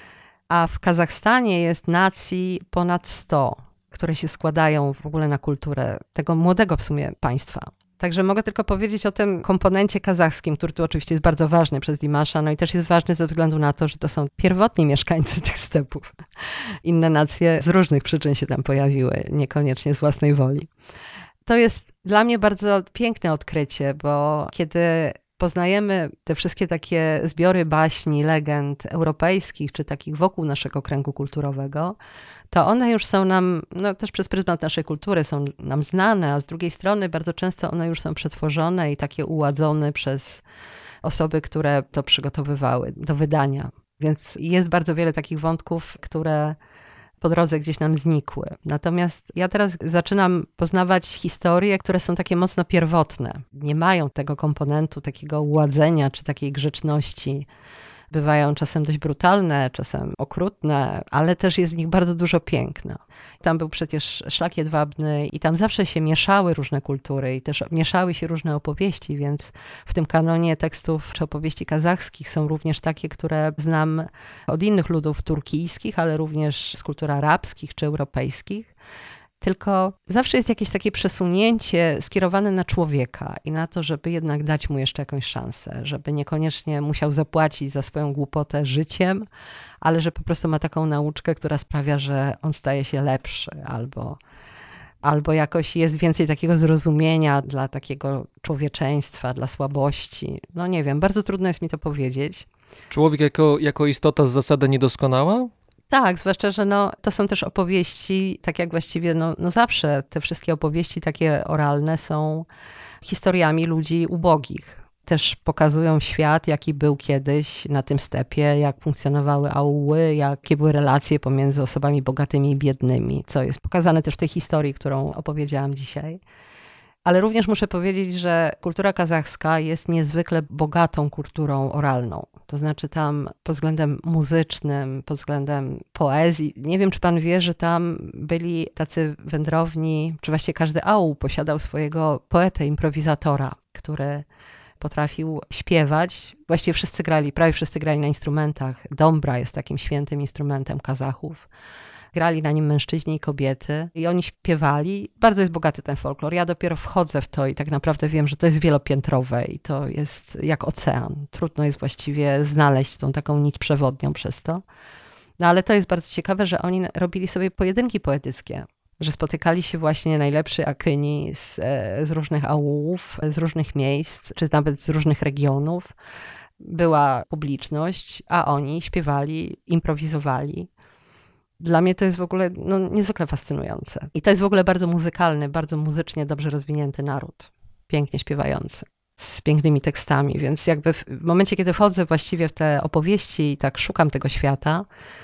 A w Kazachstanie jest nacji ponad 100, które się składają w ogóle na kulturę tego młodego w sumie państwa. Także mogę tylko powiedzieć o tym komponencie kazachskim, który tu oczywiście jest bardzo ważny przez Dimasza, no i też jest ważny ze względu na to, że to są pierwotni mieszkańcy tych stepów. Inne nacje z różnych przyczyn się tam pojawiły, niekoniecznie z własnej woli. To jest dla mnie bardzo piękne odkrycie, bo kiedy poznajemy te wszystkie takie zbiory baśni, legend europejskich, czy takich wokół naszego kręgu kulturowego, to one już są nam, też przez pryzmat naszej kultury są nam znane, a z drugiej strony bardzo często one już są przetworzone i takie uładzone przez osoby, które to przygotowywały do wydania. Więc jest bardzo wiele takich wątków, które po drodze gdzieś nam znikły. Natomiast ja teraz zaczynam poznawać historie, które są takie mocno pierwotne. Nie mają tego komponentu takiego ładzenia czy takiej grzeczności. Bywają czasem dość brutalne, czasem okrutne, ale też jest w nich bardzo dużo piękna. Tam był przecież szlak jedwabny i tam zawsze się mieszały różne kultury i też mieszały się różne opowieści, więc w tym kanonie tekstów czy opowieści kazachskich są również takie, które znam od innych ludów turkijskich, ale również z kultur arabskich czy europejskich. Tylko zawsze jest jakieś takie przesunięcie skierowane na człowieka i na to, żeby jednak dać mu jeszcze jakąś szansę, żeby niekoniecznie musiał zapłacić za swoją głupotę życiem, ale że po prostu ma taką nauczkę, która sprawia, że on staje się lepszy albo jakoś jest więcej takiego zrozumienia dla takiego człowieczeństwa, dla słabości. No nie wiem, bardzo trudno jest mi to powiedzieć. Człowiek jako istota z zasady niedoskonała? Tak, zwłaszcza, że to są też opowieści, tak jak właściwie zawsze te wszystkie opowieści takie oralne są historiami ludzi ubogich. Też pokazują świat, jaki był kiedyś na tym stepie, jak funkcjonowały auły, jakie były relacje pomiędzy osobami bogatymi i biednymi, co jest pokazane też w tej historii, którą opowiedziałam dzisiaj. Ale również muszę powiedzieć, że kultura kazachska jest niezwykle bogatą kulturą oralną. To znaczy tam pod względem muzycznym, pod względem poezji. Nie wiem, czy pan wie, że tam byli tacy wędrowni, czy właściwie każdy aul posiadał swojego poetę, improwizatora, który potrafił śpiewać. Właściwie prawie wszyscy grali na instrumentach. Dombra jest takim świętym instrumentem Kazachów. Grali na nim mężczyźni i kobiety i oni śpiewali. Bardzo jest bogaty ten folklor. Ja dopiero wchodzę w to i tak naprawdę wiem, że to jest wielopiętrowe i to jest jak ocean. Trudno jest właściwie znaleźć tą taką nić przewodnią przez to. No ale to jest bardzo ciekawe, że oni robili sobie pojedynki poetyckie, że spotykali się właśnie najlepsi akyni z różnych aułów, z różnych miejsc, czy nawet z różnych regionów. Była publiczność, a oni śpiewali, improwizowali. Dla mnie to jest w ogóle niezwykle fascynujące. I to jest w ogóle bardzo muzykalny, bardzo muzycznie dobrze rozwinięty naród. Pięknie śpiewający, z pięknymi tekstami. Więc jakby w momencie, kiedy wchodzę właściwie w te opowieści i tak szukam tego świata,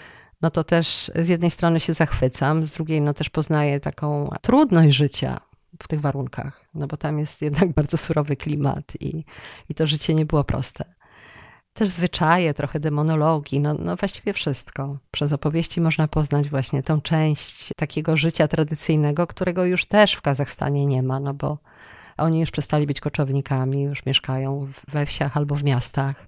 to też z jednej strony się zachwycam, z drugiej też poznaję taką trudność życia w tych warunkach. Bo tam jest jednak bardzo surowy klimat i to życie nie było proste. Też zwyczaje, trochę demonologii, właściwie wszystko. Przez opowieści można poznać właśnie tą część takiego życia tradycyjnego, którego już też w Kazachstanie nie ma, bo oni już przestali być koczownikami, już mieszkają we wsiach albo w miastach.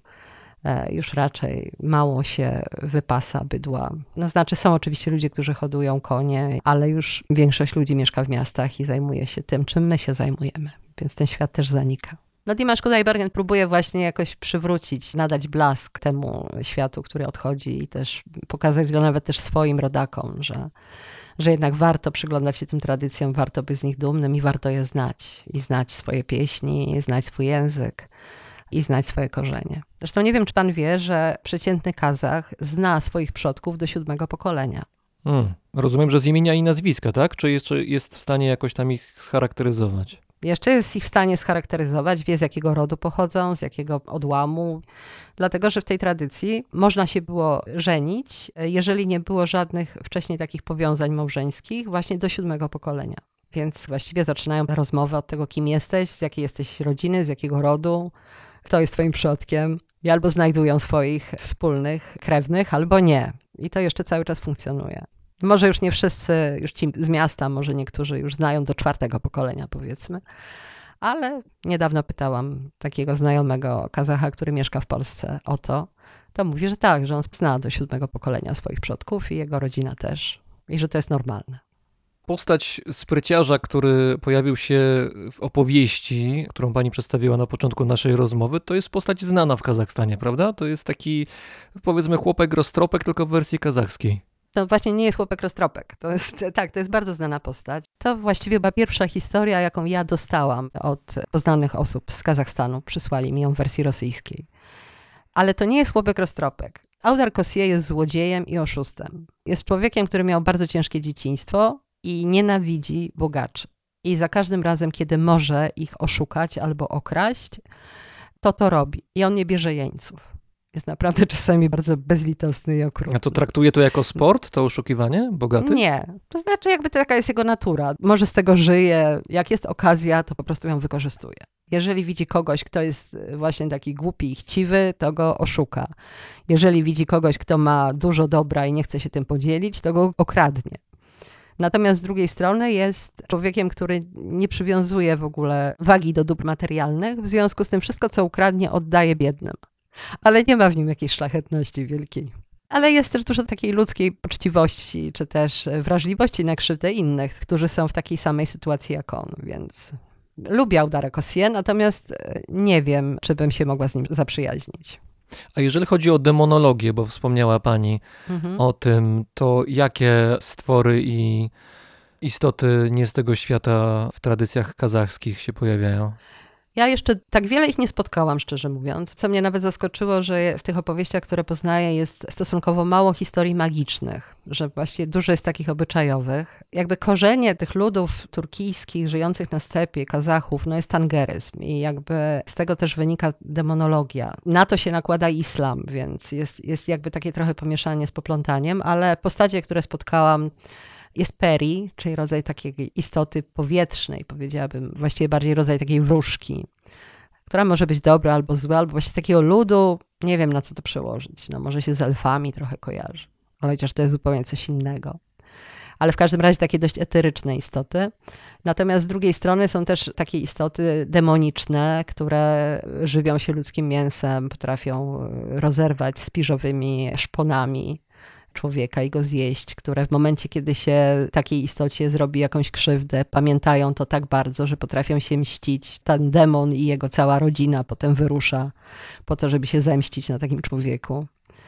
Już raczej mało się wypasa bydła. Znaczy są oczywiście ludzie, którzy hodują konie, ale już większość ludzi mieszka w miastach i zajmuje się tym, czym my się zajmujemy. Więc ten świat też zanika. Dimash Kudaibergen próbuje właśnie jakoś przywrócić, nadać blask temu światu, który odchodzi i też pokazać go nawet też swoim rodakom, że jednak warto przyglądać się tym tradycjom, warto być z nich dumnym i warto je znać. I znać swoje pieśni, i znać swój język, i znać swoje korzenie. Zresztą nie wiem, czy pan wie, że przeciętny Kazach zna swoich przodków do 7. pokolenia. Rozumiem, że z imienia i nazwiska, tak? Czy jeszcze jest w stanie jakoś tam ich scharakteryzować? Jeszcze jest ich w stanie scharakteryzować, wie z jakiego rodu pochodzą, z jakiego odłamu, dlatego że w tej tradycji można się było żenić, jeżeli nie było żadnych wcześniej takich powiązań małżeńskich, właśnie do 7. pokolenia. Więc właściwie zaczynają rozmowę od tego, kim jesteś, z jakiej jesteś rodziny, z jakiego rodu, kto jest twoim przodkiem. I albo znajdują swoich wspólnych krewnych, albo nie. I to jeszcze cały czas funkcjonuje. Może już nie wszyscy, już ci z miasta, może niektórzy już znają do 4. pokolenia, powiedzmy. Ale niedawno pytałam takiego znajomego Kazacha, który mieszka w Polsce, o to. To mówi, że tak, że on zna do 7. pokolenia swoich przodków i jego rodzina też. I że to jest normalne. Postać spryciarza, który pojawił się w opowieści, którą pani przedstawiła na początku naszej rozmowy, to jest postać znana w Kazachstanie, prawda? To jest taki, powiedzmy, chłopek roztropek, tylko w wersji kazachskiej. To właśnie nie jest chłopek roztropek. To jest bardzo znana postać. To właściwie była pierwsza historia, jaką ja dostałam od poznanych osób z Kazachstanu. Przysłali mi ją w wersji rosyjskiej. Ale to nie jest chłopek roztropek. Audar Kosie jest złodziejem i oszustem. Jest człowiekiem, który miał bardzo ciężkie dzieciństwo i nienawidzi bogaczy. I za każdym razem, kiedy może ich oszukać albo okraść, to robi. I on nie bierze jeńców. Jest naprawdę czasami bardzo bezlitosny i okrutny. A to traktuje to jako sport, to oszukiwanie bogatych? Nie. To znaczy jakby taka jest jego natura. Może z tego żyje. Jak jest okazja, to po prostu ją wykorzystuje. Jeżeli widzi kogoś, kto jest właśnie taki głupi i chciwy, to go oszuka. Jeżeli widzi kogoś, kto ma dużo dobra i nie chce się tym podzielić, to go okradnie. Natomiast z drugiej strony jest człowiekiem, który nie przywiązuje w ogóle wagi do dóbr materialnych, w związku z tym wszystko, co ukradnie, oddaje biednym. Ale nie ma w nim jakiejś szlachetności wielkiej. Ale jest też dużo takiej ludzkiej poczciwości, czy też wrażliwości na krzywdę innych, którzy są w takiej samej sytuacji jak on, więc lubię Audara Kosie, natomiast nie wiem, czy bym się mogła z nim zaprzyjaźnić. A jeżeli chodzi o demonologię, bo wspomniała pani o tym, to jakie stwory i istoty nie z tego świata w tradycjach kazachskich się pojawiają? Ja jeszcze tak wiele ich nie spotkałam, szczerze mówiąc. Co mnie nawet zaskoczyło, że w tych opowieściach, które poznaję, jest stosunkowo mało historii magicznych, że właściwie dużo jest takich obyczajowych. Jakby korzenie tych ludów turkijskich żyjących na stepie, Kazachów, no jest tangeryzm i jakby z tego też wynika demonologia. Na to się nakłada islam, więc jest jakby takie trochę pomieszanie z poplątaniem, ale postacie, które spotkałam, jest peri, czyli rodzaj takiej istoty powietrznej, powiedziałabym, właściwie bardziej rodzaj takiej wróżki, która może być dobra albo zła, albo właśnie takiego ludu, nie wiem na co to przełożyć, no może się z elfami trochę kojarzy, ale chociaż to jest zupełnie coś innego. Ale w każdym razie takie dość eteryczne istoty. Natomiast z drugiej strony są też takie istoty demoniczne, które żywią się ludzkim mięsem, potrafią rozerwać spiżowymi szponami człowieka i go zjeść, które w momencie, kiedy się takiej istocie zrobi jakąś krzywdę, pamiętają to tak bardzo, że potrafią się mścić. Ten demon i jego cała rodzina potem wyrusza po to, żeby się zemścić na takim człowieku.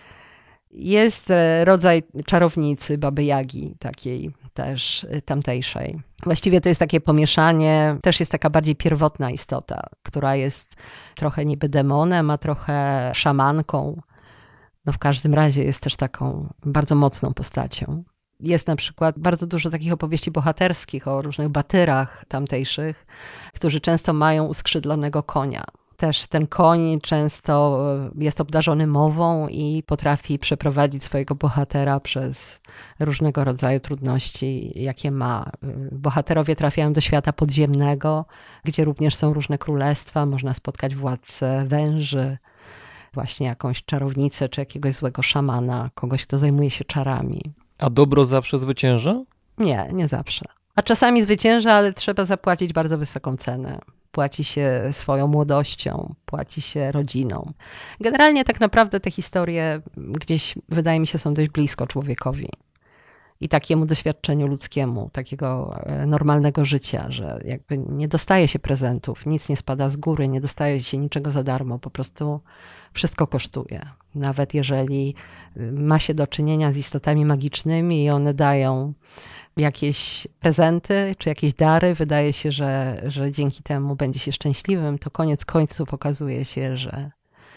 Jest rodzaj czarownicy, Baby Jagi, takiej też tamtejszej. Właściwie to jest takie pomieszanie, też jest taka bardziej pierwotna istota, która jest trochę niby demonem, a trochę szamanką. No w każdym razie jest też taką bardzo mocną postacią. Jest na przykład bardzo dużo takich opowieści bohaterskich o różnych batyrach tamtejszych, którzy często mają uskrzydlonego konia. Też ten koń często jest obdarzony mową i potrafi przeprowadzić swojego bohatera przez różnego rodzaju trudności, jakie ma. Bohaterowie trafiają do świata podziemnego, gdzie również są różne królestwa, można spotkać władcę węży, właśnie jakąś czarownicę, czy jakiegoś złego szamana, kogoś, kto zajmuje się czarami. A dobro zawsze zwycięża? Nie, nie zawsze. A czasami zwycięża, ale trzeba zapłacić bardzo wysoką cenę. Płaci się swoją młodością, płaci się rodziną. Generalnie tak naprawdę te historie gdzieś, wydaje mi się, są dość blisko człowiekowi i takiemu doświadczeniu ludzkiemu, takiego normalnego życia, że jakby nie dostaje się prezentów, nic nie spada z góry, nie dostaje się niczego za darmo, po prostu wszystko kosztuje. Nawet jeżeli ma się do czynienia z istotami magicznymi i one dają jakieś prezenty czy jakieś dary. Wydaje się, że dzięki temu będzie się szczęśliwym. To koniec końców okazuje się, że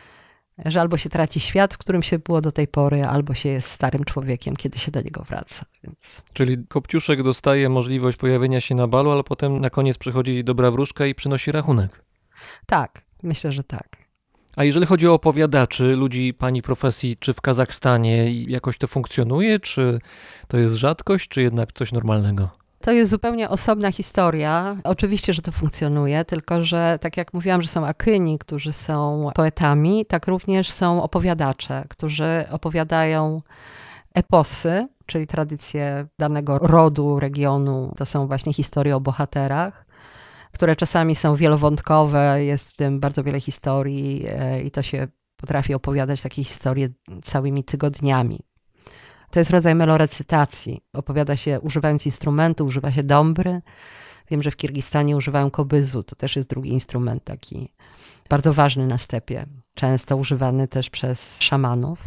albo się traci świat, w którym się było do tej pory, albo się jest starym człowiekiem, kiedy się do niego wraca. Więc... Czyli Kopciuszek dostaje możliwość pojawienia się na balu, ale potem na koniec przychodzi dobra wróżka i przynosi rachunek. Tak, myślę, że tak. A jeżeli chodzi o opowiadaczy, ludzi pani profesji, czy w Kazachstanie jakoś to funkcjonuje, czy to jest rzadkość, czy jednak coś normalnego? To jest zupełnie osobna historia. Oczywiście, że to funkcjonuje, tylko że tak jak mówiłam, że są akyni, którzy są poetami, tak również są opowiadacze, którzy opowiadają eposy, czyli tradycje danego rodu, regionu. To są właśnie historie o bohaterach, które czasami są wielowątkowe, jest w tym bardzo wiele historii i to się potrafi opowiadać takie historie całymi tygodniami. To jest rodzaj melorecytacji. Opowiada się używając instrumentu, używa się dąbry. Wiem, że w Kirgistanie używają kobyzu. To też jest drugi instrument taki bardzo ważny na stepie. Często używany też przez szamanów.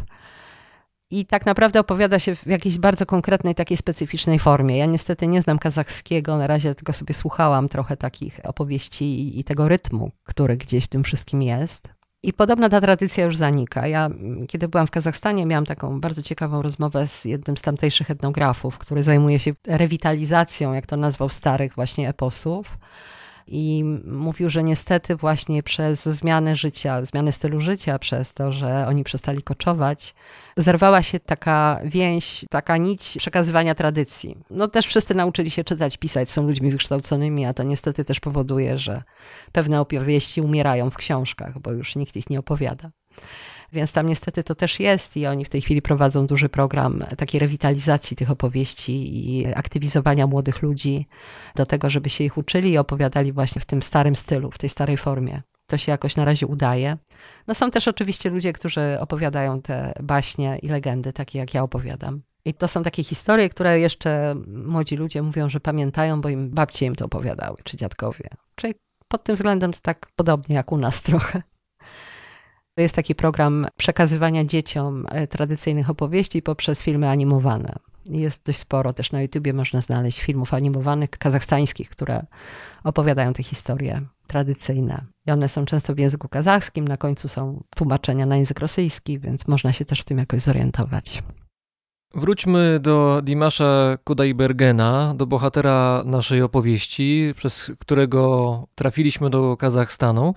I tak naprawdę opowiada się w jakiejś bardzo konkretnej, takiej specyficznej formie. Ja niestety nie znam kazachskiego, na razie tylko sobie słuchałam trochę takich opowieści i tego rytmu, który gdzieś w tym wszystkim jest. I podobno ta tradycja już zanika. Ja, kiedy byłam w Kazachstanie, miałam taką bardzo ciekawą rozmowę z jednym z tamtejszych etnografów, który zajmuje się rewitalizacją, jak to nazwał, starych właśnie eposów. I mówił, że niestety właśnie przez zmianę życia, zmianę stylu życia, przez to, że oni przestali koczować, zerwała się taka więź, taka nić przekazywania tradycji. No też wszyscy nauczyli się czytać, pisać, są ludźmi wykształconymi, a to niestety też powoduje, że pewne opowieści umierają w książkach, bo już nikt ich nie opowiada. Więc tam niestety to też jest i oni w tej chwili prowadzą duży program takiej rewitalizacji tych opowieści i aktywizowania młodych ludzi do tego, żeby się ich uczyli i opowiadali właśnie w tym starym stylu, w tej starej formie. To się jakoś na razie udaje. No są też oczywiście ludzie, którzy opowiadają te baśnie i legendy, takie jak ja opowiadam. I to są takie historie, które jeszcze młodzi ludzie mówią, że pamiętają, bo im babcie im to opowiadały, czy dziadkowie. Czyli pod tym względem to tak podobnie jak u nas trochę. Jest taki program przekazywania dzieciom tradycyjnych opowieści poprzez filmy animowane. Jest dość sporo, też na YouTubie można znaleźć filmów animowanych kazachstańskich, które opowiadają te historie tradycyjne. I one są często w języku kazachskim, na końcu są tłumaczenia na język rosyjski, więc można się też w tym jakoś zorientować. Wróćmy do Dimasza Kudaibergena, do bohatera naszej opowieści, przez którego trafiliśmy do Kazachstanu.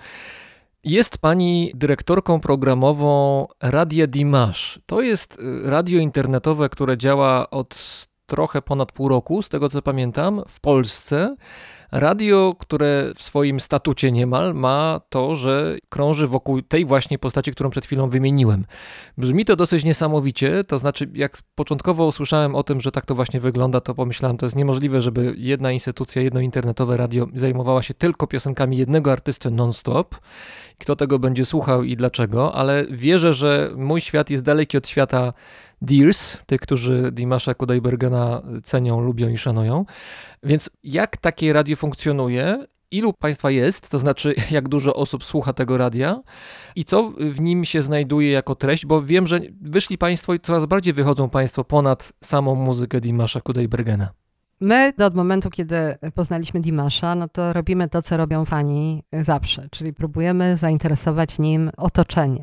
Jest pani dyrektorką programową Radia Dimash. To jest radio internetowe, które działa od trochę ponad pół roku, z tego co pamiętam, w Polsce. Radio, które w swoim statucie niemal ma to, że krąży wokół tej właśnie postaci, którą przed chwilą wymieniłem. Brzmi to dosyć niesamowicie, to znaczy jak początkowo usłyszałem o tym, że tak to właśnie wygląda, to pomyślałem, to jest niemożliwe, żeby jedna instytucja, jedno internetowe radio zajmowała się tylko piosenkami jednego artysty non-stop. Kto tego będzie słuchał i dlaczego, ale wierzę, że mój świat jest daleki od świata Dears, tych, którzy Dimasza Kudaibergena cenią, lubią i szanują. Więc jak takie radio funkcjonuje? Ilu państwa jest? To znaczy, jak dużo osób słucha tego radia? I co w nim się znajduje jako treść? Bo wiem, że wyszli państwo i coraz bardziej wychodzą państwo ponad samą muzykę Dimasza Kudaibergena. My od momentu, kiedy poznaliśmy Dimasza, no to robimy to, co robią fani zawsze, czyli próbujemy zainteresować nim otoczenie.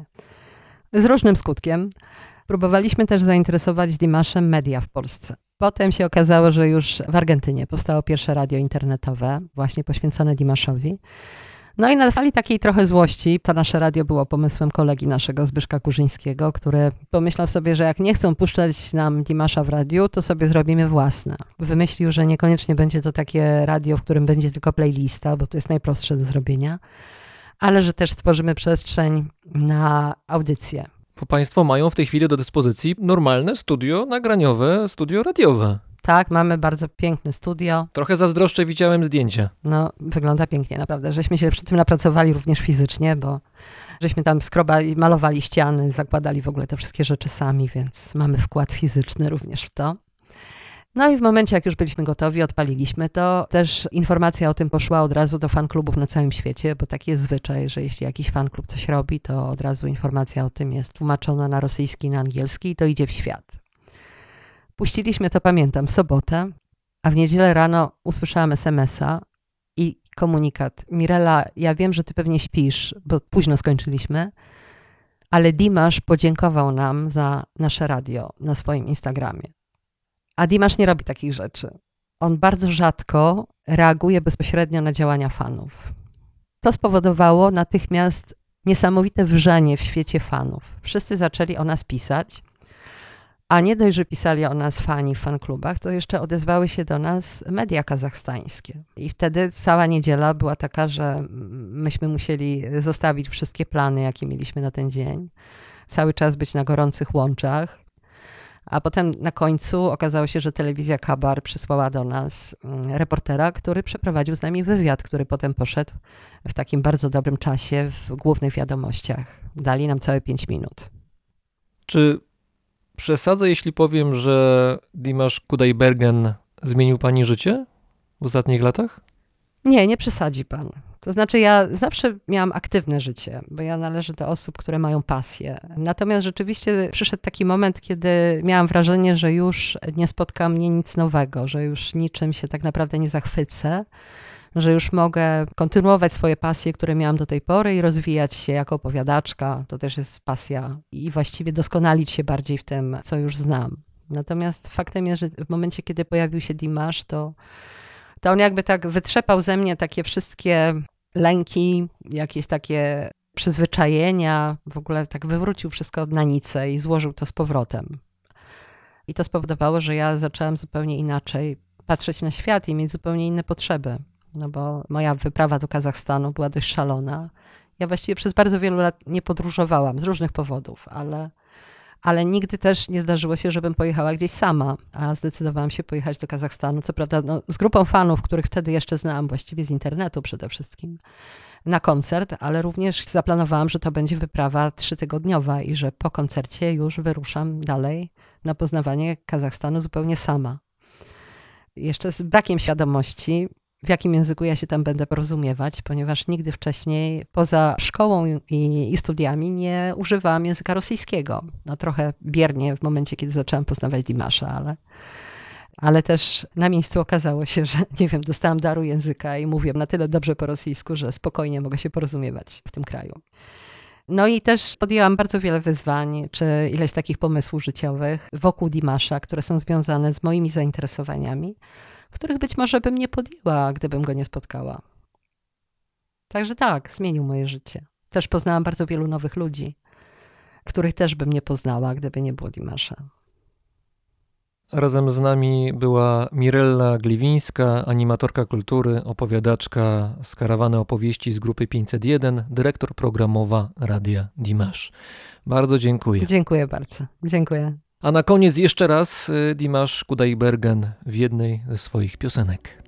Z różnym skutkiem. Próbowaliśmy też zainteresować Dimaszem media w Polsce. Potem się okazało, że już w Argentynie powstało pierwsze radio internetowe, właśnie poświęcone Dimaszowi. No i na fali takiej trochę złości, to nasze radio było pomysłem kolegi naszego, Zbyszka Kurzyńskiego, który pomyślał sobie, że jak nie chcą puszczać nam Dimasza w radiu, to sobie zrobimy własne. Wymyślił, że niekoniecznie będzie to takie radio, w którym będzie tylko playlista, bo to jest najprostsze do zrobienia, ale że też stworzymy przestrzeń na audycję. Bo państwo mają w tej chwili do dyspozycji normalne studio nagraniowe, studio radiowe. Tak, mamy bardzo piękne studio. Trochę zazdroszczę, widziałem zdjęcia. No, wygląda pięknie, naprawdę. Żeśmy się przy tym napracowali również fizycznie, bo żeśmy tam skrobali, malowali ściany, zakładali w ogóle te wszystkie rzeczy sami, więc mamy wkład fizyczny również w to. No i w momencie, jak już byliśmy gotowi, odpaliliśmy to, też informacja o tym poszła od razu do fanklubów na całym świecie, bo taki jest zwyczaj, że jeśli jakiś fanklub coś robi, to od razu informacja o tym jest tłumaczona na rosyjski, na angielski i to idzie w świat. Puściliśmy to, pamiętam, w sobotę, A w niedzielę rano usłyszałam SMS-a i komunikat. Mirela, ja wiem, że ty pewnie śpisz, bo późno skończyliśmy, ale Dimash podziękował nam za nasze radio na swoim Instagramie. A Dimash nie robi takich rzeczy. On bardzo rzadko reaguje bezpośrednio na działania fanów. To spowodowało natychmiast niesamowite wrzenie w świecie fanów. Wszyscy zaczęli o nas pisać, a nie dość, że pisali o nas fani w fanklubach, to jeszcze odezwały się do nas media kazachstańskie. I wtedy cała niedziela była taka, że myśmy musieli zostawić wszystkie plany, jakie mieliśmy na ten dzień. Cały czas być na gorących łączach. A potem na końcu okazało się, że telewizja Kabar przysłała do nas reportera, który przeprowadził z nami wywiad, który potem poszedł w takim bardzo dobrym czasie w głównych wiadomościach. Dali nam całe 5 minut. Czy przesadzę, jeśli powiem, że Dimash Kudaibergen zmienił pani życie w ostatnich latach? Nie przesadzi pan. To znaczy ja zawsze miałam aktywne życie, bo ja należę do osób, które mają pasję. Natomiast rzeczywiście przyszedł taki moment, kiedy miałam wrażenie, że już nie spotka mnie nic nowego, że już niczym się tak naprawdę nie zachwycę, że już mogę kontynuować swoje pasje, które miałam do tej pory i rozwijać się jako opowiadaczka. To też jest pasja i właściwie doskonalić się bardziej w tym, co już znam. Natomiast faktem jest, że w momencie, kiedy pojawił się Dimash, to on jakby tak wytrzepał ze mnie takie wszystkie lęki, jakieś takie przyzwyczajenia, w ogóle tak wywrócił wszystko na nicę i złożył to z powrotem. I to spowodowało, że ja zaczęłam zupełnie inaczej patrzeć na świat i mieć zupełnie inne potrzeby. No bo moja wyprawa do Kazachstanu była dość szalona. Ja właściwie przez bardzo wielu lat nie podróżowałam z różnych powodów, ale nigdy też nie zdarzyło się, żebym pojechała gdzieś sama, a zdecydowałam się pojechać do Kazachstanu, co prawda z grupą fanów, których wtedy jeszcze znałam, właściwie z internetu przede wszystkim, na koncert, ale również zaplanowałam, że to będzie wyprawa 3-tygodniowa i że po koncercie już wyruszam dalej na poznawanie Kazachstanu zupełnie sama. Jeszcze z brakiem świadomości, w jakim języku ja się tam będę porozumiewać, ponieważ nigdy wcześniej poza szkołą i studiami nie używałam języka rosyjskiego. No trochę biernie w momencie, kiedy zaczęłam poznawać Dimasha, ale też na miejscu okazało się, że nie wiem, dostałam daru języka i mówię na tyle dobrze po rosyjsku, że spokojnie mogę się porozumiewać w tym kraju. No i też podjęłam bardzo wiele wyzwań, czy ileś takich pomysłów życiowych wokół Dimasha, które są związane z moimi zainteresowaniami, których być może bym nie podjęła, gdybym go nie spotkała. Także tak, zmienił moje życie. Też poznałam bardzo wielu nowych ludzi, których też bym nie poznała, gdyby nie było Dimasha. Razem z nami była Mirella Gliwińska, animatorka kultury, opowiadaczka z karawany opowieści z grupy 501, dyrektor programowa Radia Dimash. Bardzo dziękuję. Dziękuję bardzo. Dziękuję. A na koniec jeszcze raz Dimash Kudaibergen w jednej ze swoich piosenek.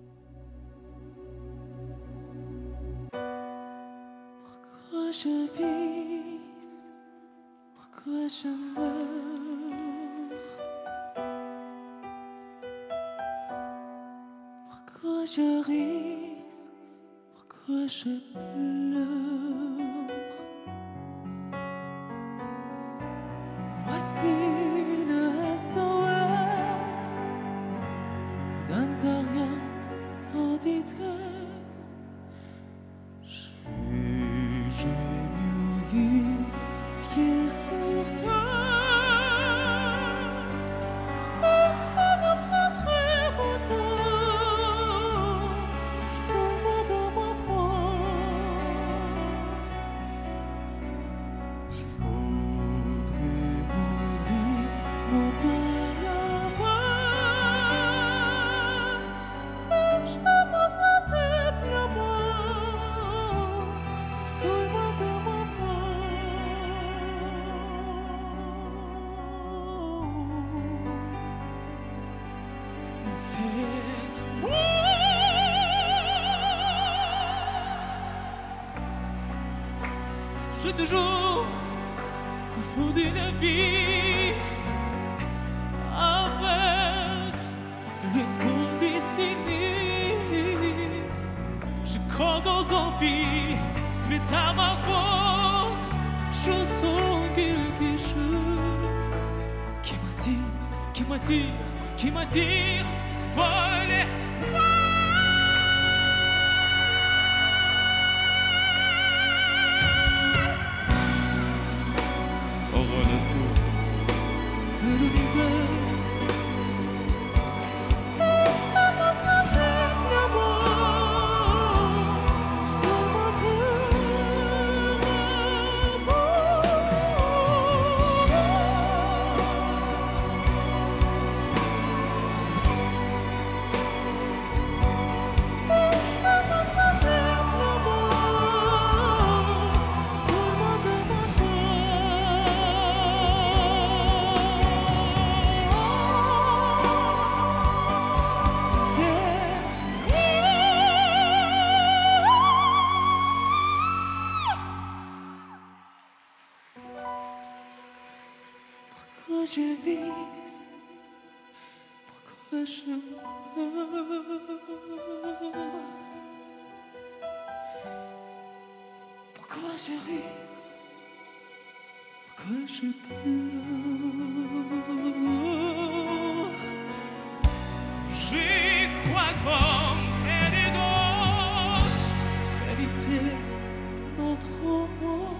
Pourquoi je ris, pourquoi je pleure. Voici le SOS d'un terrien en détresse. J'ai mûri pierre sur terre. Je toujours confondu la vie avec le monde dessiné. Je crois dans un pays, mais à ma force, je sens quelque chose qui m'attire, voler. Au retour de l'univers, si je me sentais là-bas, seulement pourquoi je vise, pourquoi je meurs, pourquoi je ris, pourquoi je pleure. J'y crois comme près des autres, vérité notre monde.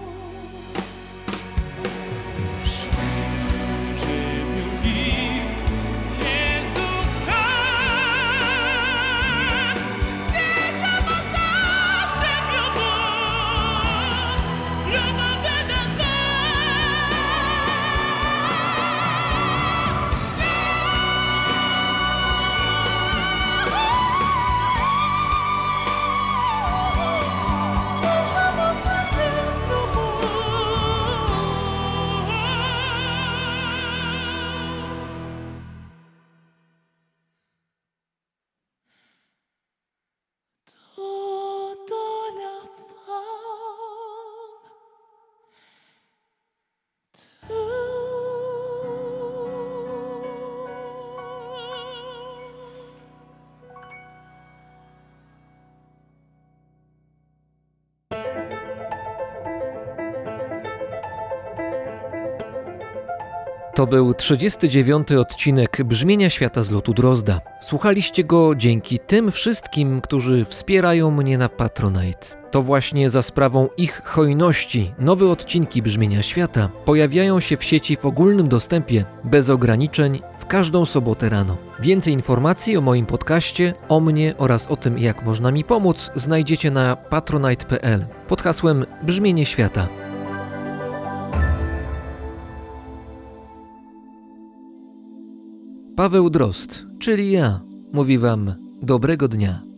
To był 39. odcinek Brzmienia Świata z lotu Drozda. Słuchaliście go dzięki tym wszystkim, którzy wspierają mnie na Patronite. To właśnie za sprawą ich hojności nowe odcinki Brzmienia Świata pojawiają się w sieci w ogólnym dostępie, bez ograniczeń, w każdą sobotę rano. Więcej informacji o moim podcaście, o mnie oraz o tym, jak można mi pomóc, znajdziecie na patronite.pl pod hasłem Brzmienie Świata. Paweł Drozd, czyli ja, mówi wam dobrego dnia.